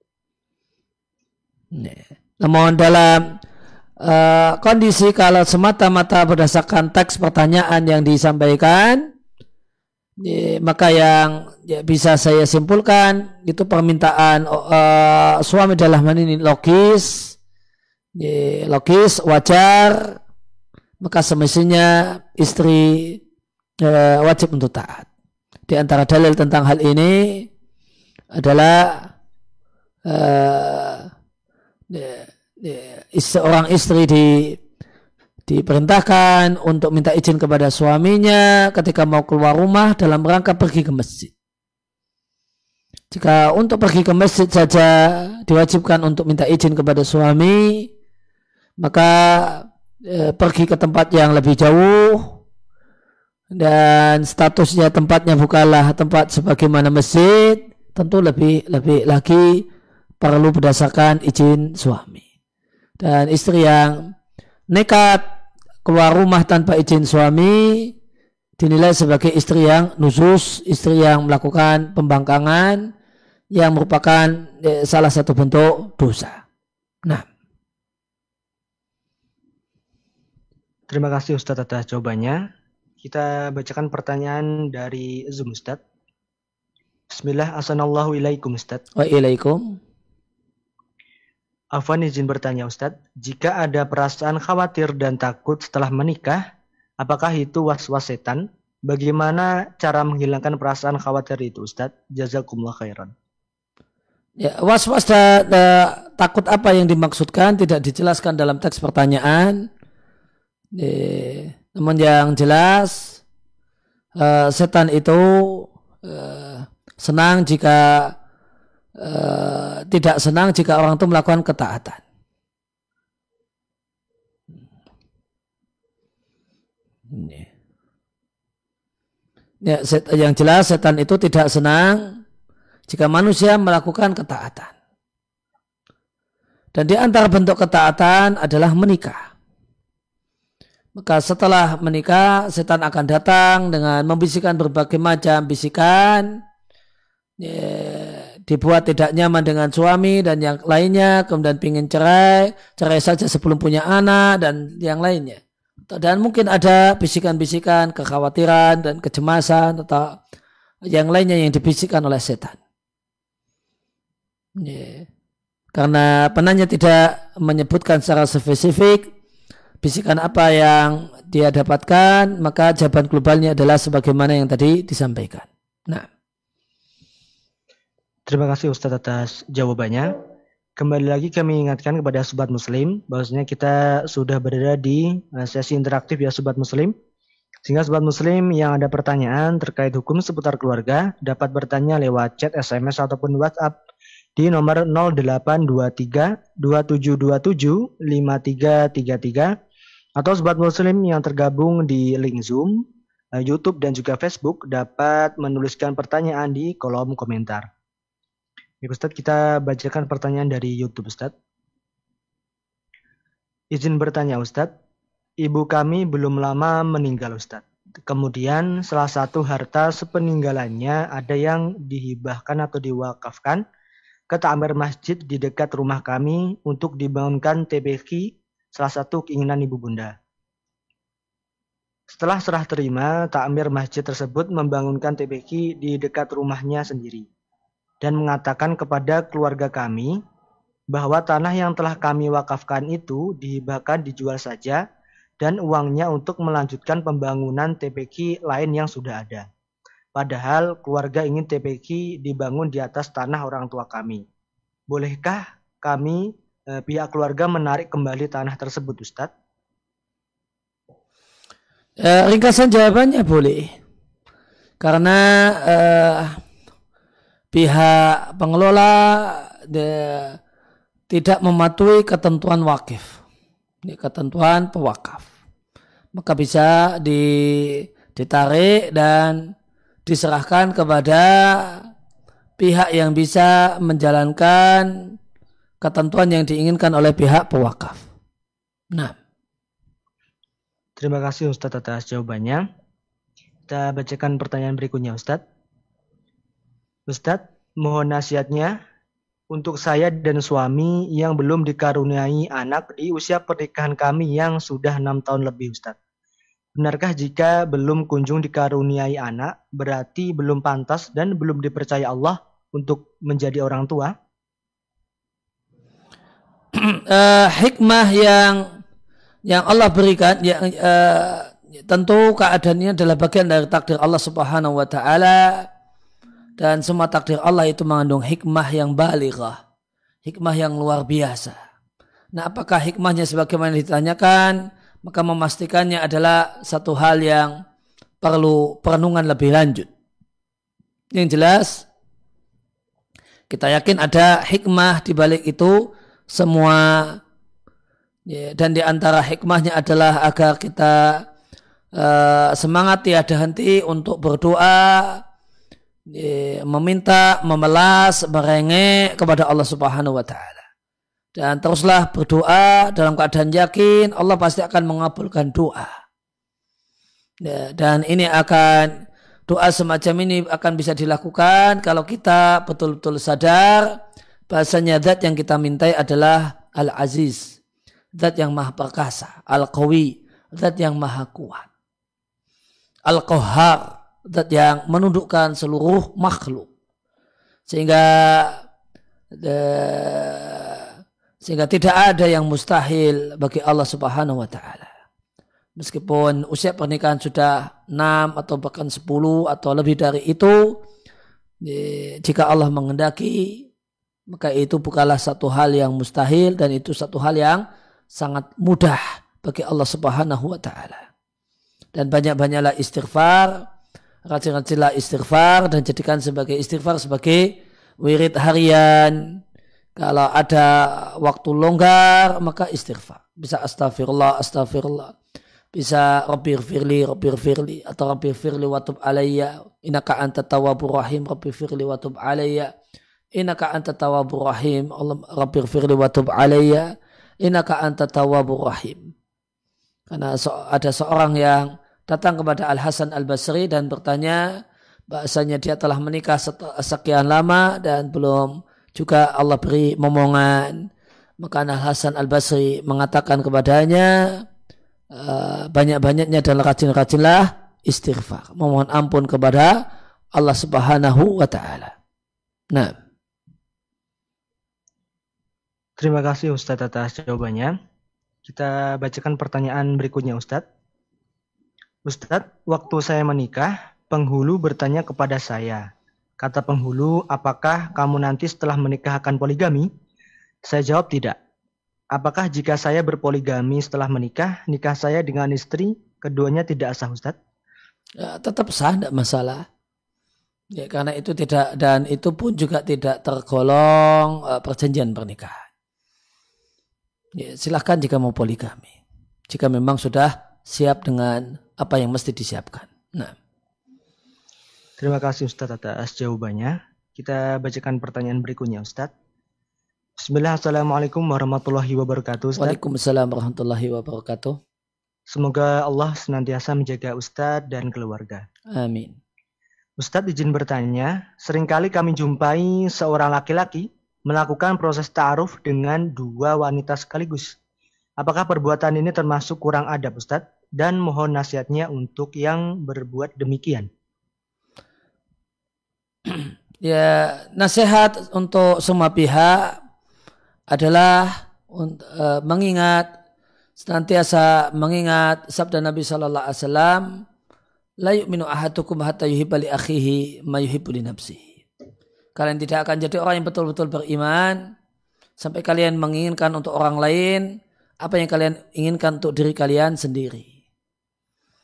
Ya. Namun dalam uh, kondisi kalau semata-mata berdasarkan teks pertanyaan yang disampaikan, ya, maka yang ya, bisa saya simpulkan itu permintaan uh, suami dalam hal ini logis, ya, logis, wajar, maka semestinya istri uh, wajib untuk taat. Di antara dalil tentang hal ini adalah uh, ya, ya, seorang istri di diperintahkan untuk minta izin kepada suaminya ketika mau keluar rumah dalam rangka pergi ke masjid. Jika untuk pergi ke masjid saja diwajibkan untuk minta izin kepada suami, maka eh, pergi ke tempat yang lebih jauh dan statusnya tempatnya bukanlah tempat sebagaimana masjid, tentu lebih lebih lagi perlu berdasarkan izin suami. Dan istri yang nekat keluar rumah tanpa izin suami dinilai sebagai istri yang nusus, istri yang melakukan pembangkangan yang merupakan eh, salah satu bentuk dosa. Nah, terima kasih Ustadz atas jawabannya. Kita bacakan pertanyaan dari Zoom Ustadz. Bismillah, assalamualaikum Ustadz. Waalaikumsalam. Afwan izin bertanya Ustadz, jika ada perasaan khawatir dan takut setelah menikah, apakah itu was-was setan? Bagaimana cara menghilangkan perasaan khawatir itu Ustadz? Jazakumullah khairan. Ya, was-was dan uh, takut apa yang dimaksudkan tidak dijelaskan dalam teks pertanyaan. Eh, namun yang jelas uh, setan itu uh, senang jika Uh, tidak senang jika orang itu melakukan ketaatan. Ya, set, yang jelas setan itu tidak senang jika manusia melakukan ketaatan. Dan di antara bentuk ketaatan adalah menikah. Maka setelah menikah, setan akan datang dengan membisikkan berbagai macam bisikan. Ya, dibuat tidak nyaman dengan suami dan yang lainnya, kemudian ingin cerai, cerai saja sebelum punya anak dan yang lainnya. Dan mungkin ada bisikan-bisikan, kekhawatiran dan kecemasan atau yang lainnya yang dibisikkan oleh setan. Ya. Karena penanya tidak menyebutkan secara spesifik bisikan apa yang dia dapatkan, maka jawaban globalnya adalah sebagaimana yang tadi disampaikan. Nah, terima kasih Ustadz atas jawabannya. Kembali lagi kami ingatkan kepada Sobat Muslim bahwasanya kita sudah berada di sesi interaktif ya Sobat Muslim. Sehingga Sobat Muslim yang ada pertanyaan terkait hukum seputar keluarga dapat bertanya lewat chat, S M S ataupun WhatsApp di nomor nol delapan dua tiga dua tujuh dua tujuh lima tiga tiga tiga atau Sobat Muslim yang tergabung di link Zoom, YouTube dan juga Facebook dapat menuliskan pertanyaan di kolom komentar. Baik Ustadz, kita bacakan pertanyaan dari YouTube Ustadz. Izin bertanya Ustadz, ibu kami belum lama meninggal Ustadz. Kemudian salah satu harta sepeninggalannya ada yang dihibahkan atau diwakafkan ke takmir masjid di dekat rumah kami untuk dibangunkan T B Q, salah satu keinginan ibu bunda. Setelah serah terima, takmir masjid tersebut membangunkan T B Q di dekat rumahnya sendiri dan mengatakan kepada keluarga kami bahwa tanah yang telah kami wakafkan itu dihibahkan dijual saja dan uangnya untuk melanjutkan pembangunan T B Q lain yang sudah ada. Padahal keluarga ingin T B Q dibangun di atas tanah orang tua kami. Bolehkah kami eh, pihak keluarga menarik kembali tanah tersebut Ustadz? Eh, ringkasan jawabannya boleh. Karena eh, pihak pengelola de, tidak mematuhi ketentuan wakif, ketentuan pewakaf. Maka bisa di, ditarik dan diserahkan kepada pihak yang bisa menjalankan ketentuan yang diinginkan oleh pihak pewakaf. Nah, terima kasih Ustadz atas jawabannya. Kita bacakan pertanyaan berikutnya Ustadz. Ustadz, mohon nasihatnya untuk saya dan suami yang belum dikaruniai anak di usia pernikahan kami yang sudah enam tahun lebih Ustadz. Benarkah jika belum kunjung dikaruniai anak, berarti belum pantas dan belum dipercaya Allah untuk menjadi orang tua? uh, hikmah yang yang Allah berikan, yang uh, tentu keadaannya adalah bagian dari takdir Allah Subhanahu Wa Taala, dan semua takdir Allah itu mengandung hikmah yang balighah, hikmah yang luar biasa. Nah, apakah hikmahnya sebagaimana ditanyakan? Maka memastikannya adalah satu hal yang perlu perenungan lebih lanjut. Yang jelas, kita yakin ada hikmah di balik itu semua, ya, dan di antara hikmahnya adalah agar kita uh, semangat tiada henti untuk berdoa, ya, meminta, memelas, merengek kepada Allah Subhanahu Wa Taala. Dan teruslah berdoa dalam keadaan yakin Allah pasti akan mengabulkan doa. Dan ini akan, doa semacam ini akan bisa dilakukan kalau kita betul-betul sadar bahasanya zat yang kita mintai adalah Al-Aziz, zat yang maha perkasa, Al-Qawi, zat yang maha kuat, Al-Qahhar, zat yang menundukkan seluruh makhluk. Sehingga de, Sehingga tidak ada yang mustahil bagi Allah Subhanahu Wa Taala. Meskipun usia pernikahan sudah enam atau bahkan sepuluh atau lebih dari itu, jika Allah menghendaki, maka itu bukanlah satu hal yang mustahil, dan itu satu hal yang sangat mudah bagi Allah Subhanahu Wa Taala. Dan banyak-banyaklah istighfar, rajin-rajinlah istighfar, dan jadikan sebagai istighfar sebagai wirid harian. Kalau ada waktu longgar, maka istighfar. Bisa astaghfirullah, astaghfirullah. Bisa Rabbighfirli, Rabbighfirli, atau Rabbighfirli wa tub alayya, innaka anta tawwabur rahim, Rabbighfirli wa tub alayya, innaka anta tawwabur rahim, Rabbighfirli wa tub alayya, innaka anta tawwabur rahim. Karena ada seorang yang datang kepada Al-Hasan Al-Basri dan bertanya bahasanya dia telah menikah sekian lama dan belum juga Allah beri momongan. Maka Al-Hasan Al-Basri mengatakan kepadanya, banyak-banyaknya dan rajin-rajinlah istighfar, memohon ampun kepada Allah Subhanahu Wa Taala. Nah, terima kasih Ustadz atas jawabannya. Kita bacakan pertanyaan berikutnya Ustadz. Ustadz, waktu saya menikah, penghulu bertanya kepada saya. Kata penghulu, apakah kamu nanti setelah menikah akan poligami? Saya jawab tidak. Apakah jika saya berpoligami setelah menikah, nikah saya dengan istri, keduanya tidak sah Ustadz? Ya, tetap sah, tidak masalah. Ya, karena itu tidak, dan itu pun juga tidak tergolong uh, perjanjian pernikahan. Ya, silahkan jika mau poligami. Jika memang sudah siap dengan apa yang mesti disiapkan. Nah. Terima kasih Ustadz atas jawabannya. Kita bacakan pertanyaan berikutnya Ustadz. Bismillah, Assalamualaikum warahmatullahi wabarakatuh Ustadz. Waalaikumsalam warahmatullahi wabarakatuh. Semoga Allah senantiasa menjaga Ustadz dan keluarga. Amin. Ustadz izin bertanya, seringkali kami jumpai seorang laki-laki melakukan proses ta'aruf dengan dua wanita sekaligus. Apakah perbuatan ini termasuk kurang adab Ustadz? Dan mohon nasihatnya untuk yang berbuat demikian. Ya, nasihat untuk semua pihak adalah untuk, uh, mengingat, senantiasa mengingat sabda Nabi Sallallahu Alaihi Wasallam, la yu'minu ahadukum hatta yuhibba li akhihi ma yuhibbu li nafsihi. Kalian tidak akan jadi orang yang betul-betul beriman sampai kalian menginginkan untuk orang lain apa yang kalian inginkan untuk diri kalian sendiri.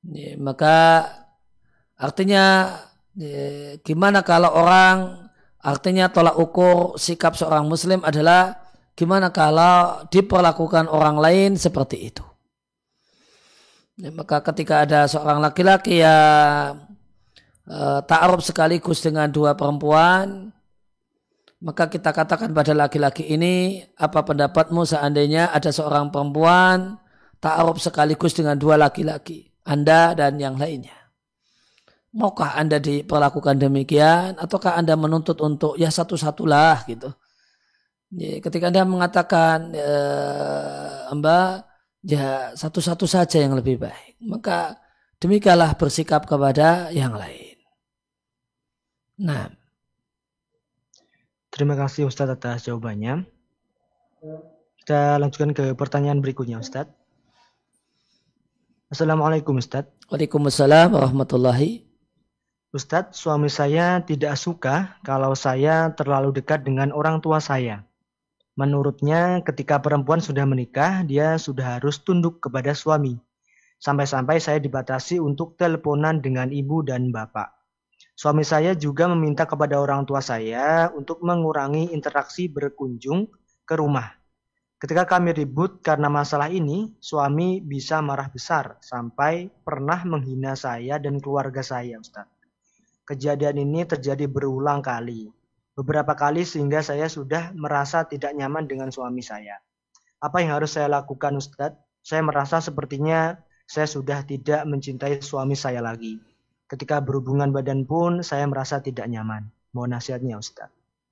Ya, maka artinya ya, gimana kalau orang, artinya tolak ukur sikap seorang muslim adalah gimana kalau diperlakukan orang lain seperti itu. Ya, maka ketika ada seorang laki-laki yang uh, ta'aruf sekaligus dengan dua perempuan, maka kita katakan pada laki-laki ini, apa pendapatmu seandainya ada seorang perempuan ta'aruf sekaligus dengan dua laki-laki, Anda dan yang lainnya. Maukah Anda diperlakukan demikian ataukah Anda menuntut untuk ya satu-satulah gitu. Ya, ketika Anda mengatakan e, Mbak ya satu-satu saja yang lebih baik, maka demikianlah bersikap kepada yang lain. Nah, terima kasih Ustadz atas jawabannya. Kita lanjutkan ke pertanyaan berikutnya Ustadz. Assalamualaikum Ustadz. Waalaikumsalam warahmatullahi. Ustadz, suami saya tidak suka kalau saya terlalu dekat dengan orang tua saya. Menurutnya ketika perempuan sudah menikah, dia sudah harus tunduk kepada suami. Sampai-sampai saya dibatasi untuk teleponan dengan ibu dan bapak. Suami saya juga meminta kepada orang tua saya untuk mengurangi interaksi berkunjung ke rumah. Ketika kami ribut karena masalah ini, suami bisa marah besar sampai pernah menghina saya dan keluarga saya, Ustaz. Kejadian ini terjadi berulang kali. Beberapa kali sehingga saya sudah merasa tidak nyaman dengan suami saya. Apa yang harus saya lakukan, Ustaz? Saya merasa sepertinya saya sudah tidak mencintai suami saya lagi. Ketika berhubungan badan pun saya merasa tidak nyaman. Mohon nasihatnya, Ustaz.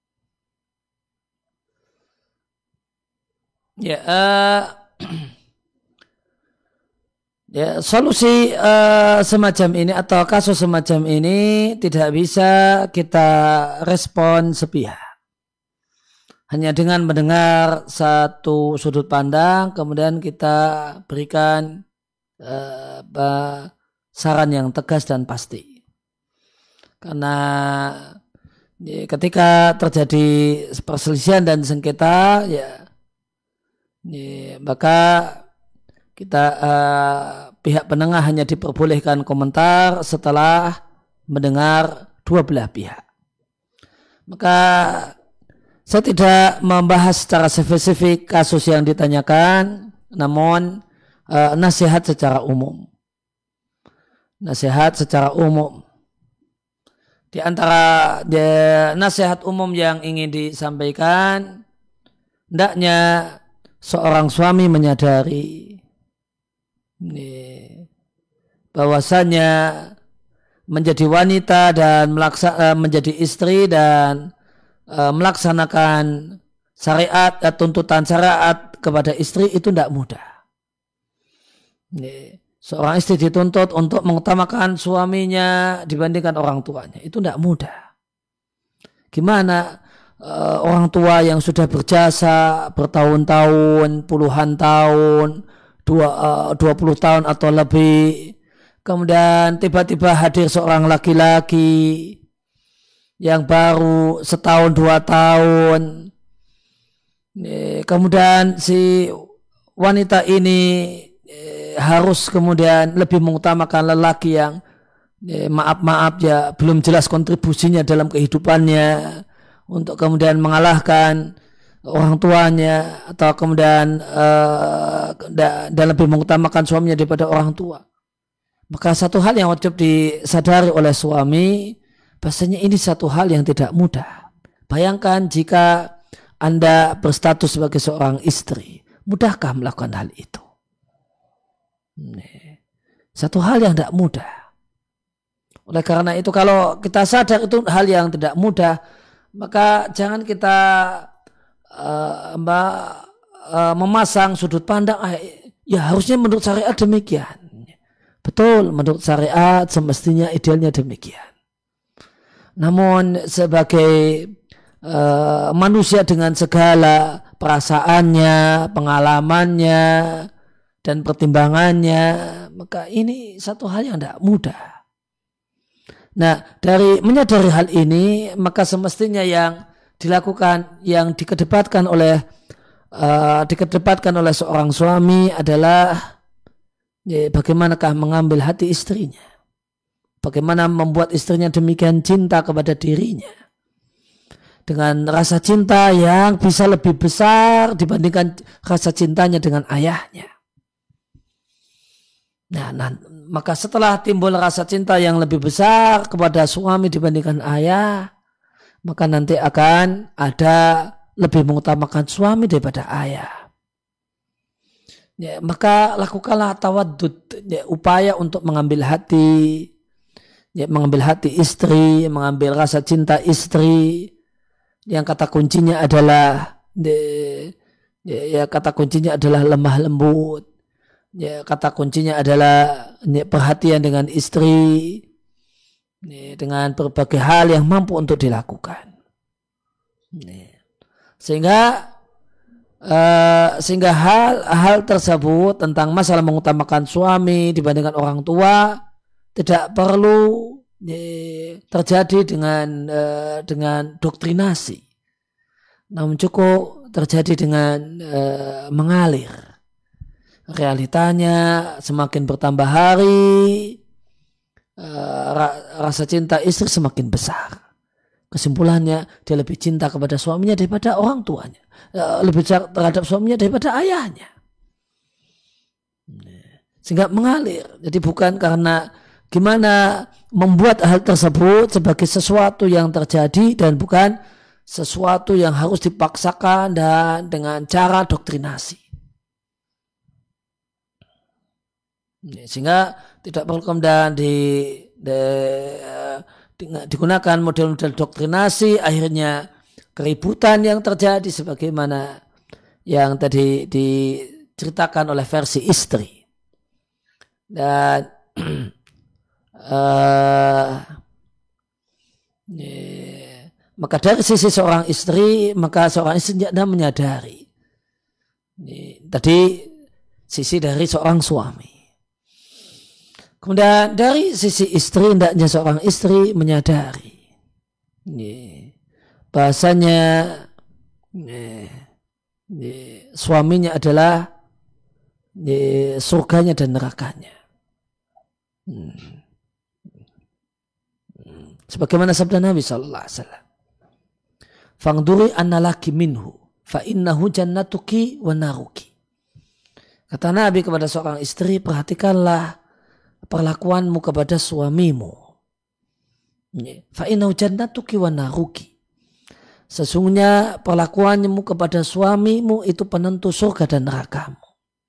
Ya, uh, ya solusi uh, semacam ini atau kasus semacam ini tidak bisa kita respon sepihak. Hanya dengan mendengar satu sudut pandang, kemudian kita berikan uh, saran yang tegas dan pasti. Karena ya, ketika terjadi perselisihan dan sengketa, ya Ya, maka kita uh, pihak penengah hanya diperbolehkan komentar setelah mendengar dua belah pihak. Maka saya tidak membahas secara spesifik kasus yang ditanyakan, namun uh, nasihat secara umum. Nasihat secara umum. Di antara de, nasihat umum yang ingin disampaikan, hendaknya seorang suami menyadari nih, bahwasanya menjadi wanita dan melaksa, menjadi istri dan uh, melaksanakan syariat, uh, tuntutan syariat kepada istri itu tidak mudah. Nih, seorang istri dituntut untuk mengutamakan suaminya dibandingkan orang tuanya. Itu tidak mudah. Gimana Uh, orang tua yang sudah berjasa bertahun-tahun, puluhan tahun, dua, uh, dua puluh tahun atau lebih, kemudian tiba-tiba hadir seorang laki-laki yang baru setahun dua tahun, e, kemudian si wanita ini e, harus kemudian lebih mengutamakan lelaki yang e, maaf-maaf ya belum jelas kontribusinya dalam kehidupannya, untuk kemudian mengalahkan orang tuanya atau kemudian uh, dan lebih mengutamakan suaminya daripada orang tua. Maka satu hal yang wajib disadari oleh suami, bahasanya ini satu hal yang tidak mudah. Bayangkan jika Anda berstatus sebagai seorang istri, mudahkah melakukan hal itu? Satu hal yang tidak mudah. Oleh karena itu kalau kita sadar itu hal yang tidak mudah, maka jangan kita uh, mbak uh, memasang sudut pandang ah, ya harusnya menurut syariat demikian. Betul, menurut syariat semestinya idealnya demikian. Namun sebagai uh, manusia dengan segala perasaannya, pengalamannya dan pertimbangannya, maka ini satu hal yang tidak mudah. Nah, dari menyadari hal ini, maka semestinya yang dilakukan, yang dikedepankan oleh uh, dikedepankan oleh seorang suami adalah Ya, bagaimanakah mengambil hati istrinya? Bagaimana membuat istrinya demikian cinta kepada dirinya? Dengan rasa cinta yang bisa lebih besar dibandingkan rasa cintanya dengan ayahnya. Nah, nah, maka setelah timbul rasa cinta yang lebih besar kepada suami dibandingkan ayah, maka nanti akan ada lebih mengutamakan suami daripada ayah. Ya, maka lakukanlah tawaddud, ya, upaya untuk mengambil hati, ya, mengambil hati istri, mengambil rasa cinta istri, yang kata kuncinya adalah, ya, ya kata kuncinya adalah lemah lembut, ya, kata kuncinya adalah ya, perhatian dengan istri, ya, dengan berbagai hal yang mampu untuk dilakukan, ya. Sehingga Uh, sehingga hal-hal tersebut tentang masalah mengutamakan suami dibandingkan orang tua tidak perlu ye, terjadi dengan uh, dengan doktrinasi, namun cukup terjadi dengan uh, mengalir. Realitanya semakin bertambah hari, uh, rasa cinta istri semakin besar. Kesimpulannya, dia lebih cinta kepada suaminya daripada orang tuanya, lebih terhadap suaminya daripada ayahnya. Sehingga mengalir. Jadi bukan karena gimana membuat hal tersebut sebagai sesuatu yang terjadi dan bukan sesuatu yang harus dipaksakan dan dengan cara doktrinasi. Sehingga tidak perlu kemudian di, di digunakan model-model doktrinasi, akhirnya keributan yang terjadi sebagaimana yang tadi diceritakan oleh versi istri. Dan uh, yeah, maka dari sisi seorang istri, maka seorang istri tidak menyadari. Yeah, tadi sisi dari seorang suami. Kemudian dari sisi istri, hendaknya seorang istri menyadari nih, bahasanya nih, nih, suaminya adalah nih, surganya dan nerakanya. Hmm. Sebagaimana sabda Nabi Sallallahu Alaihi Wasallam, "Fangduri annalaki minhu, fa innahu jannatuki wa naruki." Kata Nabi kepada seorang istri, perhatikanlah perlakuanmu kepada suamimu. Fa innahu jannatuki wa naruki. Sesungguhnya perlakuanmu kepada suamimu itu penentu surga dan nerakamu.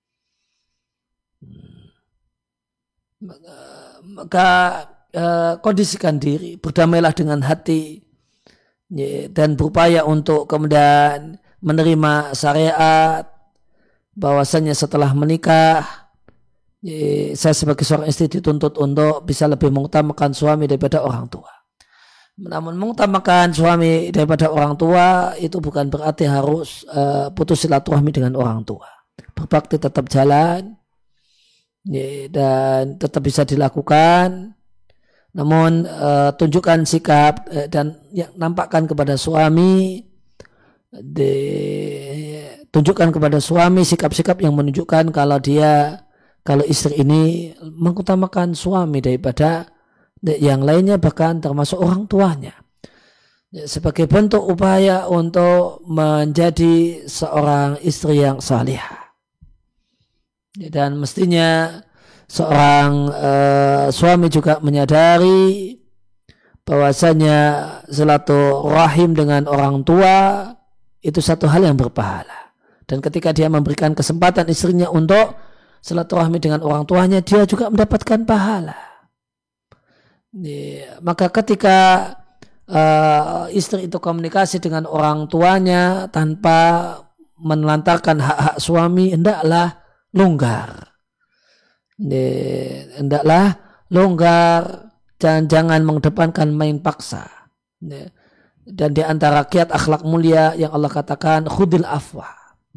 Maka, maka eh, kondisikan diri, berdamailah dengan hati, ya, dan berupaya untuk kemudian menerima syariat bahwasanya setelah menikah saya sebagai seorang istri dituntut untuk bisa lebih mengutamakan suami daripada orang tua. Namun mengutamakan suami daripada orang tua itu bukan berarti harus uh, putus silaturahmi dengan orang tua. Berbakti tetap jalan, ya, dan tetap bisa dilakukan. Namun uh, tunjukkan sikap uh, dan yang nampakkan kepada suami, de, tunjukkan kepada suami sikap-sikap yang menunjukkan kalau dia Kalau istri ini mengutamakan suami daripada yang lainnya, bahkan termasuk orang tuanya. Sebagai bentuk upaya untuk menjadi seorang istri yang salihah. Dan mestinya seorang uh, suami juga menyadari bahwasanya silaturahim dengan orang tua itu satu hal yang berpahala. Dan ketika dia memberikan kesempatan istrinya untuk silaturahmi dengan orang tuanya, dia juga mendapatkan pahala. Ya, maka ketika uh, istri itu komunikasi dengan orang tuanya tanpa menelantarkan hak-hak suami, hendaklah longgar. Ya, hendaklah longgar dan jangan mengedepankan main paksa. Ya, dan di antara kiat akhlak mulia yang Allah katakan, khudil afwa.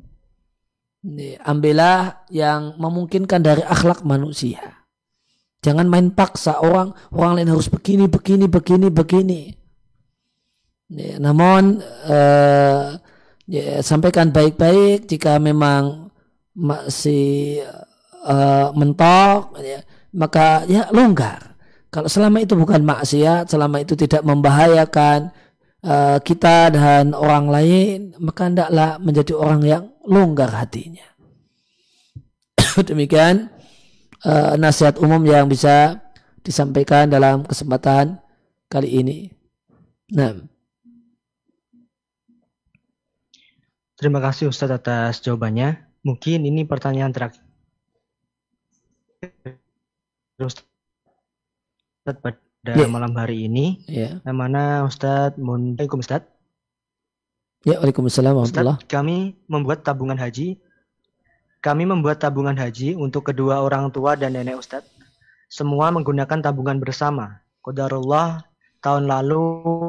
Ambillah yang memungkinkan dari akhlak manusia. Jangan main paksa orang, orang lain harus begini, begini, begini, begini. Ya, namun eh, ya, sampaikan baik-baik jika memang masih uh, mentok, ya, maka ya longgar. Kalau selama itu bukan maksiat, selama itu tidak membahayakan uh, kita dan orang lain, maka hendaklah menjadi orang yang longgar hatinya. Demikian uh, nasihat umum yang bisa disampaikan dalam kesempatan kali ini. Nah, terima kasih Ustadz atas jawabannya. Mungkin ini pertanyaan terakhir Ustadz pada yeah. malam hari ini. Yeah. Yang mana Ustadz, Assalamualaikum Ustadz. Ya, Waalaikumsalam warahmatullahi. Kami membuat tabungan haji. Kami membuat tabungan haji untuk kedua orang tua dan nenek Ustadz. Semua menggunakan tabungan bersama. Qadarullah tahun lalu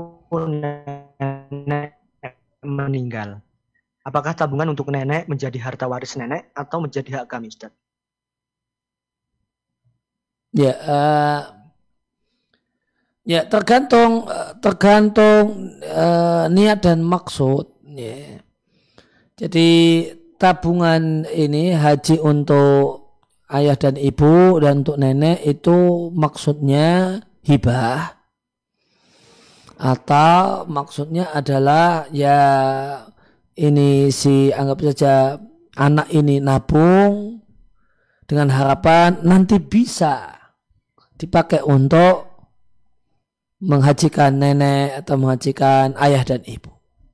nenek meninggal. Apakah tabungan untuk nenek menjadi harta waris nenek atau menjadi hak kami, Ustaz? Ya, uh, ya tergantung tergantung uh, niat dan maksud. Ya. Jadi tabungan ini haji untuk ayah dan ibu dan untuk nenek itu maksudnya hibah. Atau maksudnya adalah ya ini si anggap saja anak ini nabung dengan harapan nanti bisa dipakai untuk menghajikan nenek atau menghajikan ayah dan ibu.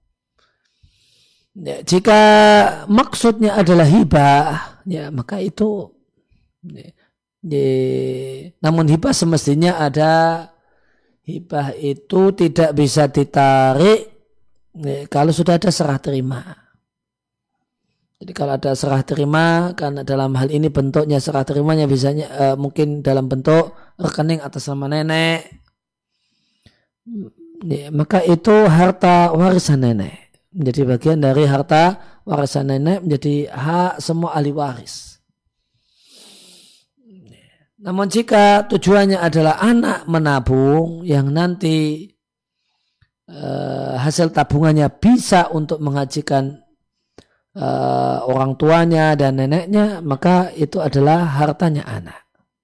Ya, jika maksudnya adalah hibah, ya maka itu ya, ya, namun hibah semestinya ada hibah itu tidak bisa ditarik ya, kalau sudah ada serah terima. Jadi kalau ada serah terima, karena dalam hal ini bentuknya serah terimanya biasanya uh, mungkin dalam bentuk rekening atas nama nenek, ya, maka itu harta warisan nenek, menjadi bagian dari harta warisan nenek, menjadi hak semua ahli waris. Namun jika tujuannya adalah anak menabung yang nanti Uh, hasil tabungannya bisa untuk menghajikan uh, orang tuanya dan neneknya, maka itu adalah hartanya anak.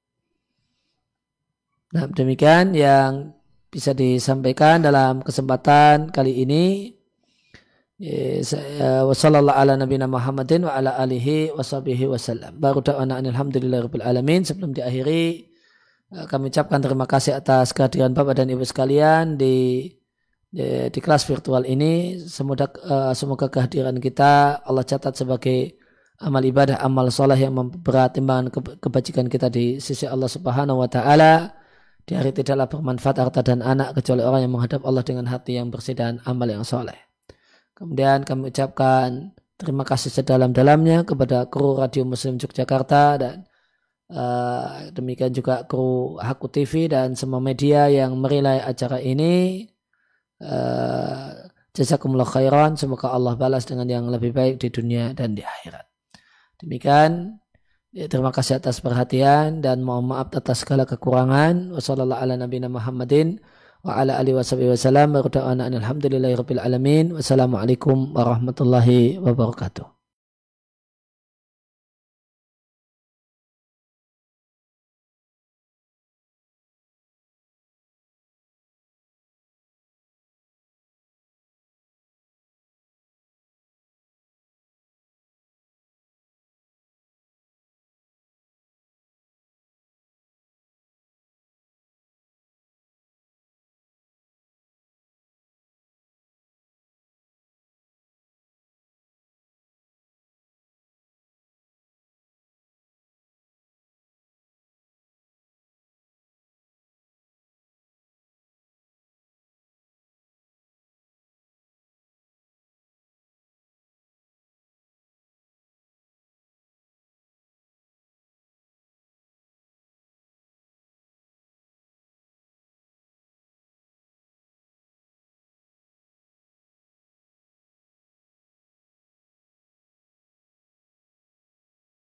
Nah, demikian yang bisa disampaikan dalam kesempatan kali ini. Wassallallahu ala nabiyina Muhammadin wa ala alihi washabihi wasallam. Baru da'wana alhamdulillahirabbil alamin. Sebelum diakhiri, kami ucapkan terima kasih atas kehadiran Bapak dan Ibu sekalian di di kelas virtual ini. Semoga, uh, semoga kehadiran kita Allah catat sebagai amal ibadah, amal soleh yang memberat timbangan ke- kebajikan kita di sisi Allah Subhanahu wa Ta'ala. Di hari tidaklah bermanfaat harta dan anak kecuali orang yang menghadap Allah dengan hati yang bersih dan amal yang soleh. Kemudian kami ucapkan terima kasih sedalam-dalamnya kepada kru Radio Muslim Yogyakarta dan uh, demikian juga kru Haku T V dan semua media yang merelay acara ini. Uh, jazakumullah khairan, semoga Allah balas dengan yang lebih baik di dunia dan di akhirat. Demikian, ya, terima kasih atas perhatian dan mohon maaf atas segala kekurangan. Wassallallahu ala nabiyina Muhammadin wa ala alihi wasallam. Alhamdulillahirabbil alamin. Wassalamualaikum warahmatullahi wabarakatuh.